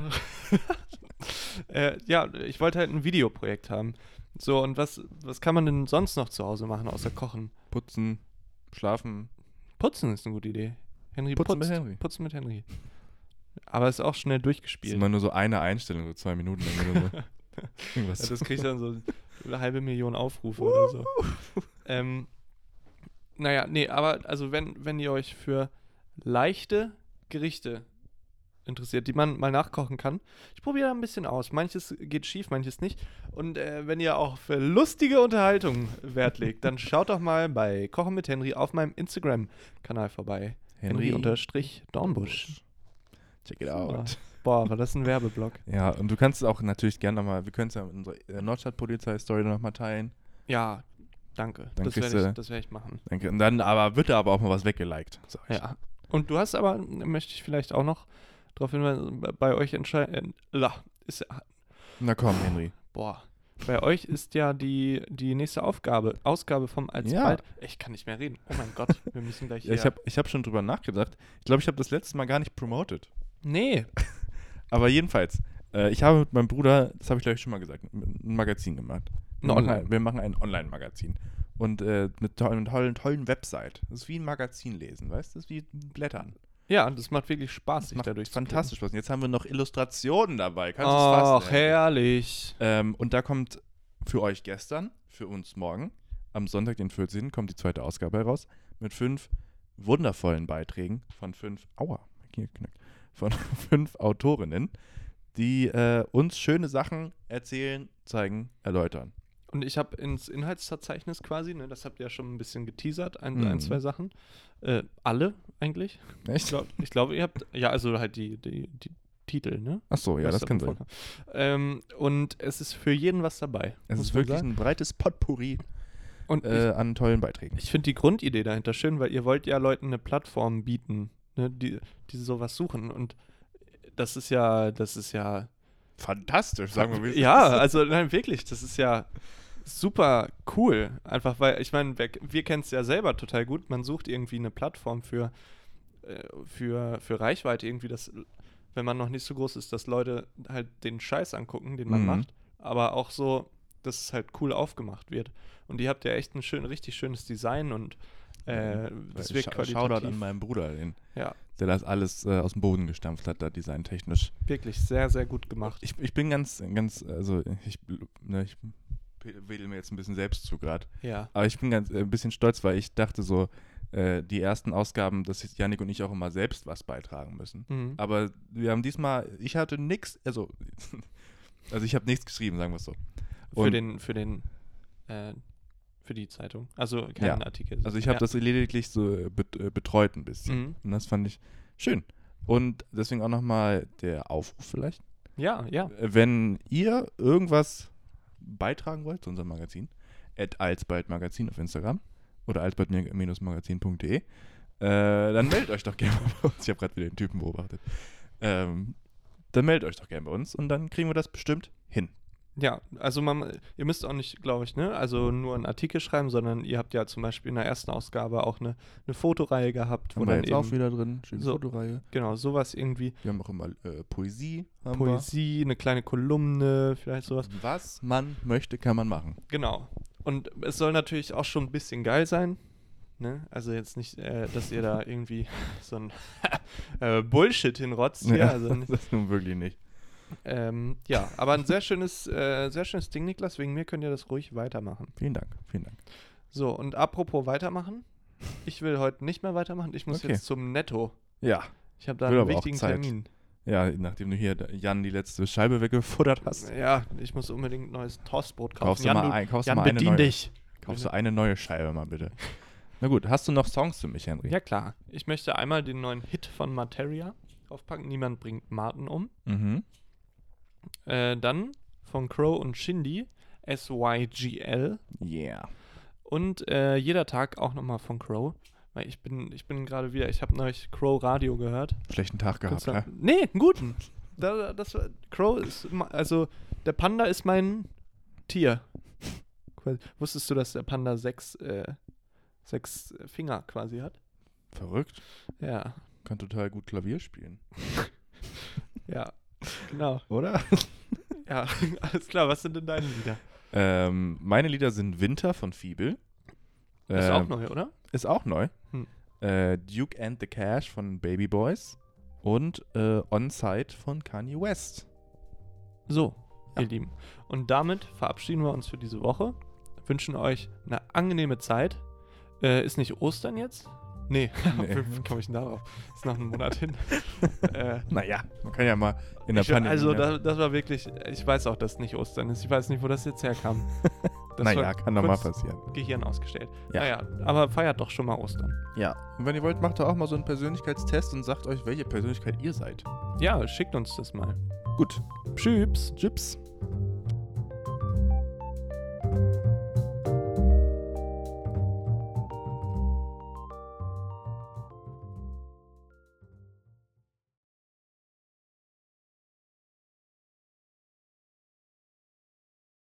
[SPEAKER 3] Ja, ich wollte halt ein Videoprojekt haben. So, und was kann man denn sonst noch zu Hause machen, außer kochen?
[SPEAKER 2] Putzen, schlafen.
[SPEAKER 3] Putzen ist eine gute Idee. Henry
[SPEAKER 2] Putzen
[SPEAKER 3] putzt.
[SPEAKER 2] mit Henry.
[SPEAKER 3] Putzen mit Henry. Aber ist auch schnell
[SPEAKER 2] Das ist
[SPEAKER 3] durchgespielt.
[SPEAKER 2] immer nur so eine Einstellung, so 2 Minuten lang oder so. Irgendwas.
[SPEAKER 3] Ja, das kriegt dann so eine halbe Million Aufrufe oder so. Naja, nee, aber also wenn ihr euch für leichte Gerichte interessiert, die man mal nachkochen kann, ich probiere da ein bisschen aus. Manches geht schief, manches nicht. Und wenn ihr auch für lustige Unterhaltung Wert legt, dann schaut doch mal bei Kochen mit Henry auf meinem Instagram-Kanal vorbei. Henry_Dornbusch.
[SPEAKER 2] Check it out.
[SPEAKER 3] Boah, war das ein Werbeblock.
[SPEAKER 2] Ja, und du kannst es auch natürlich gerne nochmal, wir können es ja in unserer Nordstadt-Polizei-Story nochmal teilen.
[SPEAKER 3] Ja, danke.
[SPEAKER 2] Dann
[SPEAKER 3] Das
[SPEAKER 2] kriegst
[SPEAKER 3] werde
[SPEAKER 2] du-
[SPEAKER 3] ich machen.
[SPEAKER 2] Danke. Und dann wird da aber auch mal was weggeliked. Sag ich.
[SPEAKER 3] Ja. Und du hast aber, möchte ich vielleicht auch noch darauf hinweisen, bei euch
[SPEAKER 2] Na komm, Henry.
[SPEAKER 3] bei euch ist ja die nächste Ausgabe vom Alsbald. Ich kann nicht mehr reden. Oh mein Gott, wir müssen gleich
[SPEAKER 2] Ja,
[SPEAKER 3] hier.
[SPEAKER 2] ich hab schon drüber nachgedacht. Ich glaube, ich habe das letzte Mal gar nicht promoted.
[SPEAKER 3] Nee.
[SPEAKER 2] Aber jedenfalls, ich habe mit meinem Bruder, das habe ich glaube ich schon mal gesagt, ein Magazin gemacht. Wir machen ein Online-Magazin. Und mit tollen Website. Das ist wie ein Magazin lesen, weißt du? Das ist wie Blättern.
[SPEAKER 3] Ja, das macht wirklich Spaß, sich
[SPEAKER 2] Macht
[SPEAKER 3] dadurch
[SPEAKER 2] fantastisch was. Und jetzt haben wir noch Illustrationen dabei.
[SPEAKER 3] zu
[SPEAKER 2] Kannst du es
[SPEAKER 3] Ach,
[SPEAKER 2] fassen?
[SPEAKER 3] herrlich.
[SPEAKER 2] Und da kommt für euch gestern, für uns morgen, am Sonntag, den 14. kommt die zweite Ausgabe heraus mit 5 wundervollen Beiträgen von 5 Autorinnen, die uns schöne Sachen erzählen, zeigen, erläutern.
[SPEAKER 3] Und ich habe ins Inhaltsverzeichnis quasi, ne, das habt ihr ja schon ein bisschen geteasert, ein, zwei Sachen. Alle eigentlich.
[SPEAKER 2] Echt?
[SPEAKER 3] Ich glaube, ihr habt, ja, also halt die Titel, ne?
[SPEAKER 2] Achso, ja,
[SPEAKER 3] Was
[SPEAKER 2] das kann
[SPEAKER 3] da
[SPEAKER 2] sein.
[SPEAKER 3] vorkam. Und es ist für jeden was dabei.
[SPEAKER 2] Es
[SPEAKER 3] muss
[SPEAKER 2] ist
[SPEAKER 3] man
[SPEAKER 2] wirklich
[SPEAKER 3] sagen.
[SPEAKER 2] ein breites Potpourri
[SPEAKER 3] Und
[SPEAKER 2] an tollen Beiträgen.
[SPEAKER 3] ich finde die Grundidee dahinter schön, weil ihr wollt ja Leuten eine Plattform bieten, ne, die sowas suchen. Und das ist ja
[SPEAKER 2] Fantastisch, sagen wir mal.
[SPEAKER 3] ja, also nein, wirklich, das ist ja super cool. Einfach weil, ich meine, wir kennen es ja selber total gut. Man sucht irgendwie eine Plattform für Reichweite, irgendwie, wenn man noch nicht so groß ist, dass Leute halt den Scheiß angucken, den man macht, aber auch so, dass es halt cool aufgemacht wird. Und ihr habt ja echt ein richtig schönes Design und das wirkt qualitativ.
[SPEAKER 2] Shoutout an meinen Bruder,
[SPEAKER 3] Ja,
[SPEAKER 2] der das alles aus dem Boden gestampft hat, da designtechnisch.
[SPEAKER 3] wirklich sehr, sehr gut gemacht.
[SPEAKER 2] Ich bin ganz, also ich wedel mir jetzt ein bisschen selbst zu gerade.
[SPEAKER 3] Ja.
[SPEAKER 2] Aber ich bin ein bisschen stolz, weil ich dachte so, die ersten Ausgaben, dass Yannick und ich auch immer selbst was beitragen müssen.
[SPEAKER 3] Mhm.
[SPEAKER 2] Aber wir haben diesmal, ich hatte nichts, also ich habe nichts geschrieben, sagen wir es so.
[SPEAKER 3] Für die Zeitung. Also keinen Artikel.
[SPEAKER 2] Also ich habe das lediglich so betreut ein bisschen.
[SPEAKER 3] Mhm.
[SPEAKER 2] Und das fand ich schön. Und deswegen auch nochmal der Aufruf vielleicht.
[SPEAKER 3] Ja.
[SPEAKER 2] Wenn ihr irgendwas beitragen wollt zu unserem Magazin, @alsbaldmagazin auf Instagram oder alsbald-magazin.de, dann meldet euch doch gerne bei uns. Ich habe gerade wieder den Typen beobachtet. Dann meldet euch doch gerne bei uns und dann kriegen wir das bestimmt hin.
[SPEAKER 3] Ja, also ihr müsst auch nicht, glaube ich, ne, also nur einen Artikel schreiben, sondern ihr habt ja zum Beispiel in der ersten Ausgabe auch eine Fotoreihe gehabt, wo
[SPEAKER 2] Haben wir
[SPEAKER 3] dann
[SPEAKER 2] jetzt
[SPEAKER 3] eben,
[SPEAKER 2] auch wieder drin. Schöne
[SPEAKER 3] so-
[SPEAKER 2] Fotoreihe.
[SPEAKER 3] genau, sowas irgendwie,
[SPEAKER 2] Wir haben auch immer Poesie. Haben
[SPEAKER 3] Poesie, eine kleine Kolumne, vielleicht sowas.
[SPEAKER 2] wir. Was man möchte, kann man machen.
[SPEAKER 3] Genau. Und es soll natürlich auch schon ein bisschen geil sein. Ne? Also jetzt nicht, dass ihr da irgendwie so ein Bullshit hinrotzt hier.
[SPEAKER 2] Ja,
[SPEAKER 3] Also,
[SPEAKER 2] das nun wirklich nicht.
[SPEAKER 3] ja, aber ein sehr schönes Ding, Niklas. Wegen mir könnt ihr das ruhig weitermachen.
[SPEAKER 2] Vielen Dank, vielen Dank.
[SPEAKER 3] So, und apropos weitermachen. Ich will heute nicht mehr weitermachen. Ich muss
[SPEAKER 2] Okay.
[SPEAKER 3] jetzt zum Netto.
[SPEAKER 2] Ja.
[SPEAKER 3] Ich habe da
[SPEAKER 2] Wird
[SPEAKER 3] einen
[SPEAKER 2] aber auch
[SPEAKER 3] wichtigen
[SPEAKER 2] Zeit.
[SPEAKER 3] Termin.
[SPEAKER 2] Ja, nachdem du hier, Jan, die letzte Scheibe weggefuttert hast,
[SPEAKER 3] Ja, ich muss unbedingt neues Toastbrot kaufen.
[SPEAKER 2] kaufst du mal
[SPEAKER 3] Jan,
[SPEAKER 2] eine
[SPEAKER 3] bedien
[SPEAKER 2] neue.
[SPEAKER 3] dich.
[SPEAKER 2] Kaufst du eine neue Scheibe mal bitte. Na gut, hast du noch Songs für mich, Henry?
[SPEAKER 3] Ja, klar. Ich möchte einmal den neuen Hit von Materia aufpacken. Niemand bringt Martin um.
[SPEAKER 2] Mhm.
[SPEAKER 3] Dann von Crow und Shindy, SYGL.
[SPEAKER 2] Yeah.
[SPEAKER 3] Und jeder Tag auch nochmal von Crow. Weil ich bin gerade wieder, ich habe neulich Crow Radio gehört.
[SPEAKER 2] Schlechten Tag gehabt,
[SPEAKER 3] Kurz
[SPEAKER 2] ja?
[SPEAKER 3] Nee, einen guten. Crow ist, also der Panda ist mein Tier. Wusstest du, dass der Panda sechs Finger quasi hat?
[SPEAKER 2] Verrückt.
[SPEAKER 3] Ja,
[SPEAKER 2] Kann total gut Klavier spielen.
[SPEAKER 3] ja, genau.
[SPEAKER 2] Oder?
[SPEAKER 3] Ja, alles klar. Was sind denn deine Lieder?
[SPEAKER 2] Meine Lieder sind Winter von Fiebel.
[SPEAKER 3] Ist auch neu, oder?
[SPEAKER 2] Ist auch neu.
[SPEAKER 3] Hm.
[SPEAKER 2] Duke and the Cash von Baby Boys. Und On-Site von Kanye West.
[SPEAKER 3] So,
[SPEAKER 2] Ja.
[SPEAKER 3] ihr Lieben. Und damit verabschieden wir uns für diese Woche. Wünschen euch eine angenehme Zeit. Ist nicht Ostern jetzt? Nee,
[SPEAKER 2] Nee.
[SPEAKER 3] wie komme ich denn darauf? Ist noch ein Monat hin.
[SPEAKER 2] Naja, man kann ja mal in der Pandemie.
[SPEAKER 3] Also,
[SPEAKER 2] ne?
[SPEAKER 3] das war wirklich, ich weiß auch, dass nicht Ostern ist. Ich weiß nicht, wo das jetzt herkam. Das
[SPEAKER 2] Naja,
[SPEAKER 3] war
[SPEAKER 2] kann doch mal
[SPEAKER 3] kurz
[SPEAKER 2] passieren.
[SPEAKER 3] Gehirn ausgestellt.
[SPEAKER 2] Ja.
[SPEAKER 3] Naja, aber feiert doch schon mal Ostern.
[SPEAKER 2] Ja. Und wenn ihr wollt, macht doch auch mal so einen Persönlichkeitstest und sagt euch, welche Persönlichkeit ihr seid.
[SPEAKER 3] Ja, schickt uns das mal.
[SPEAKER 2] Gut.
[SPEAKER 3] Tschüss.
[SPEAKER 2] Chips.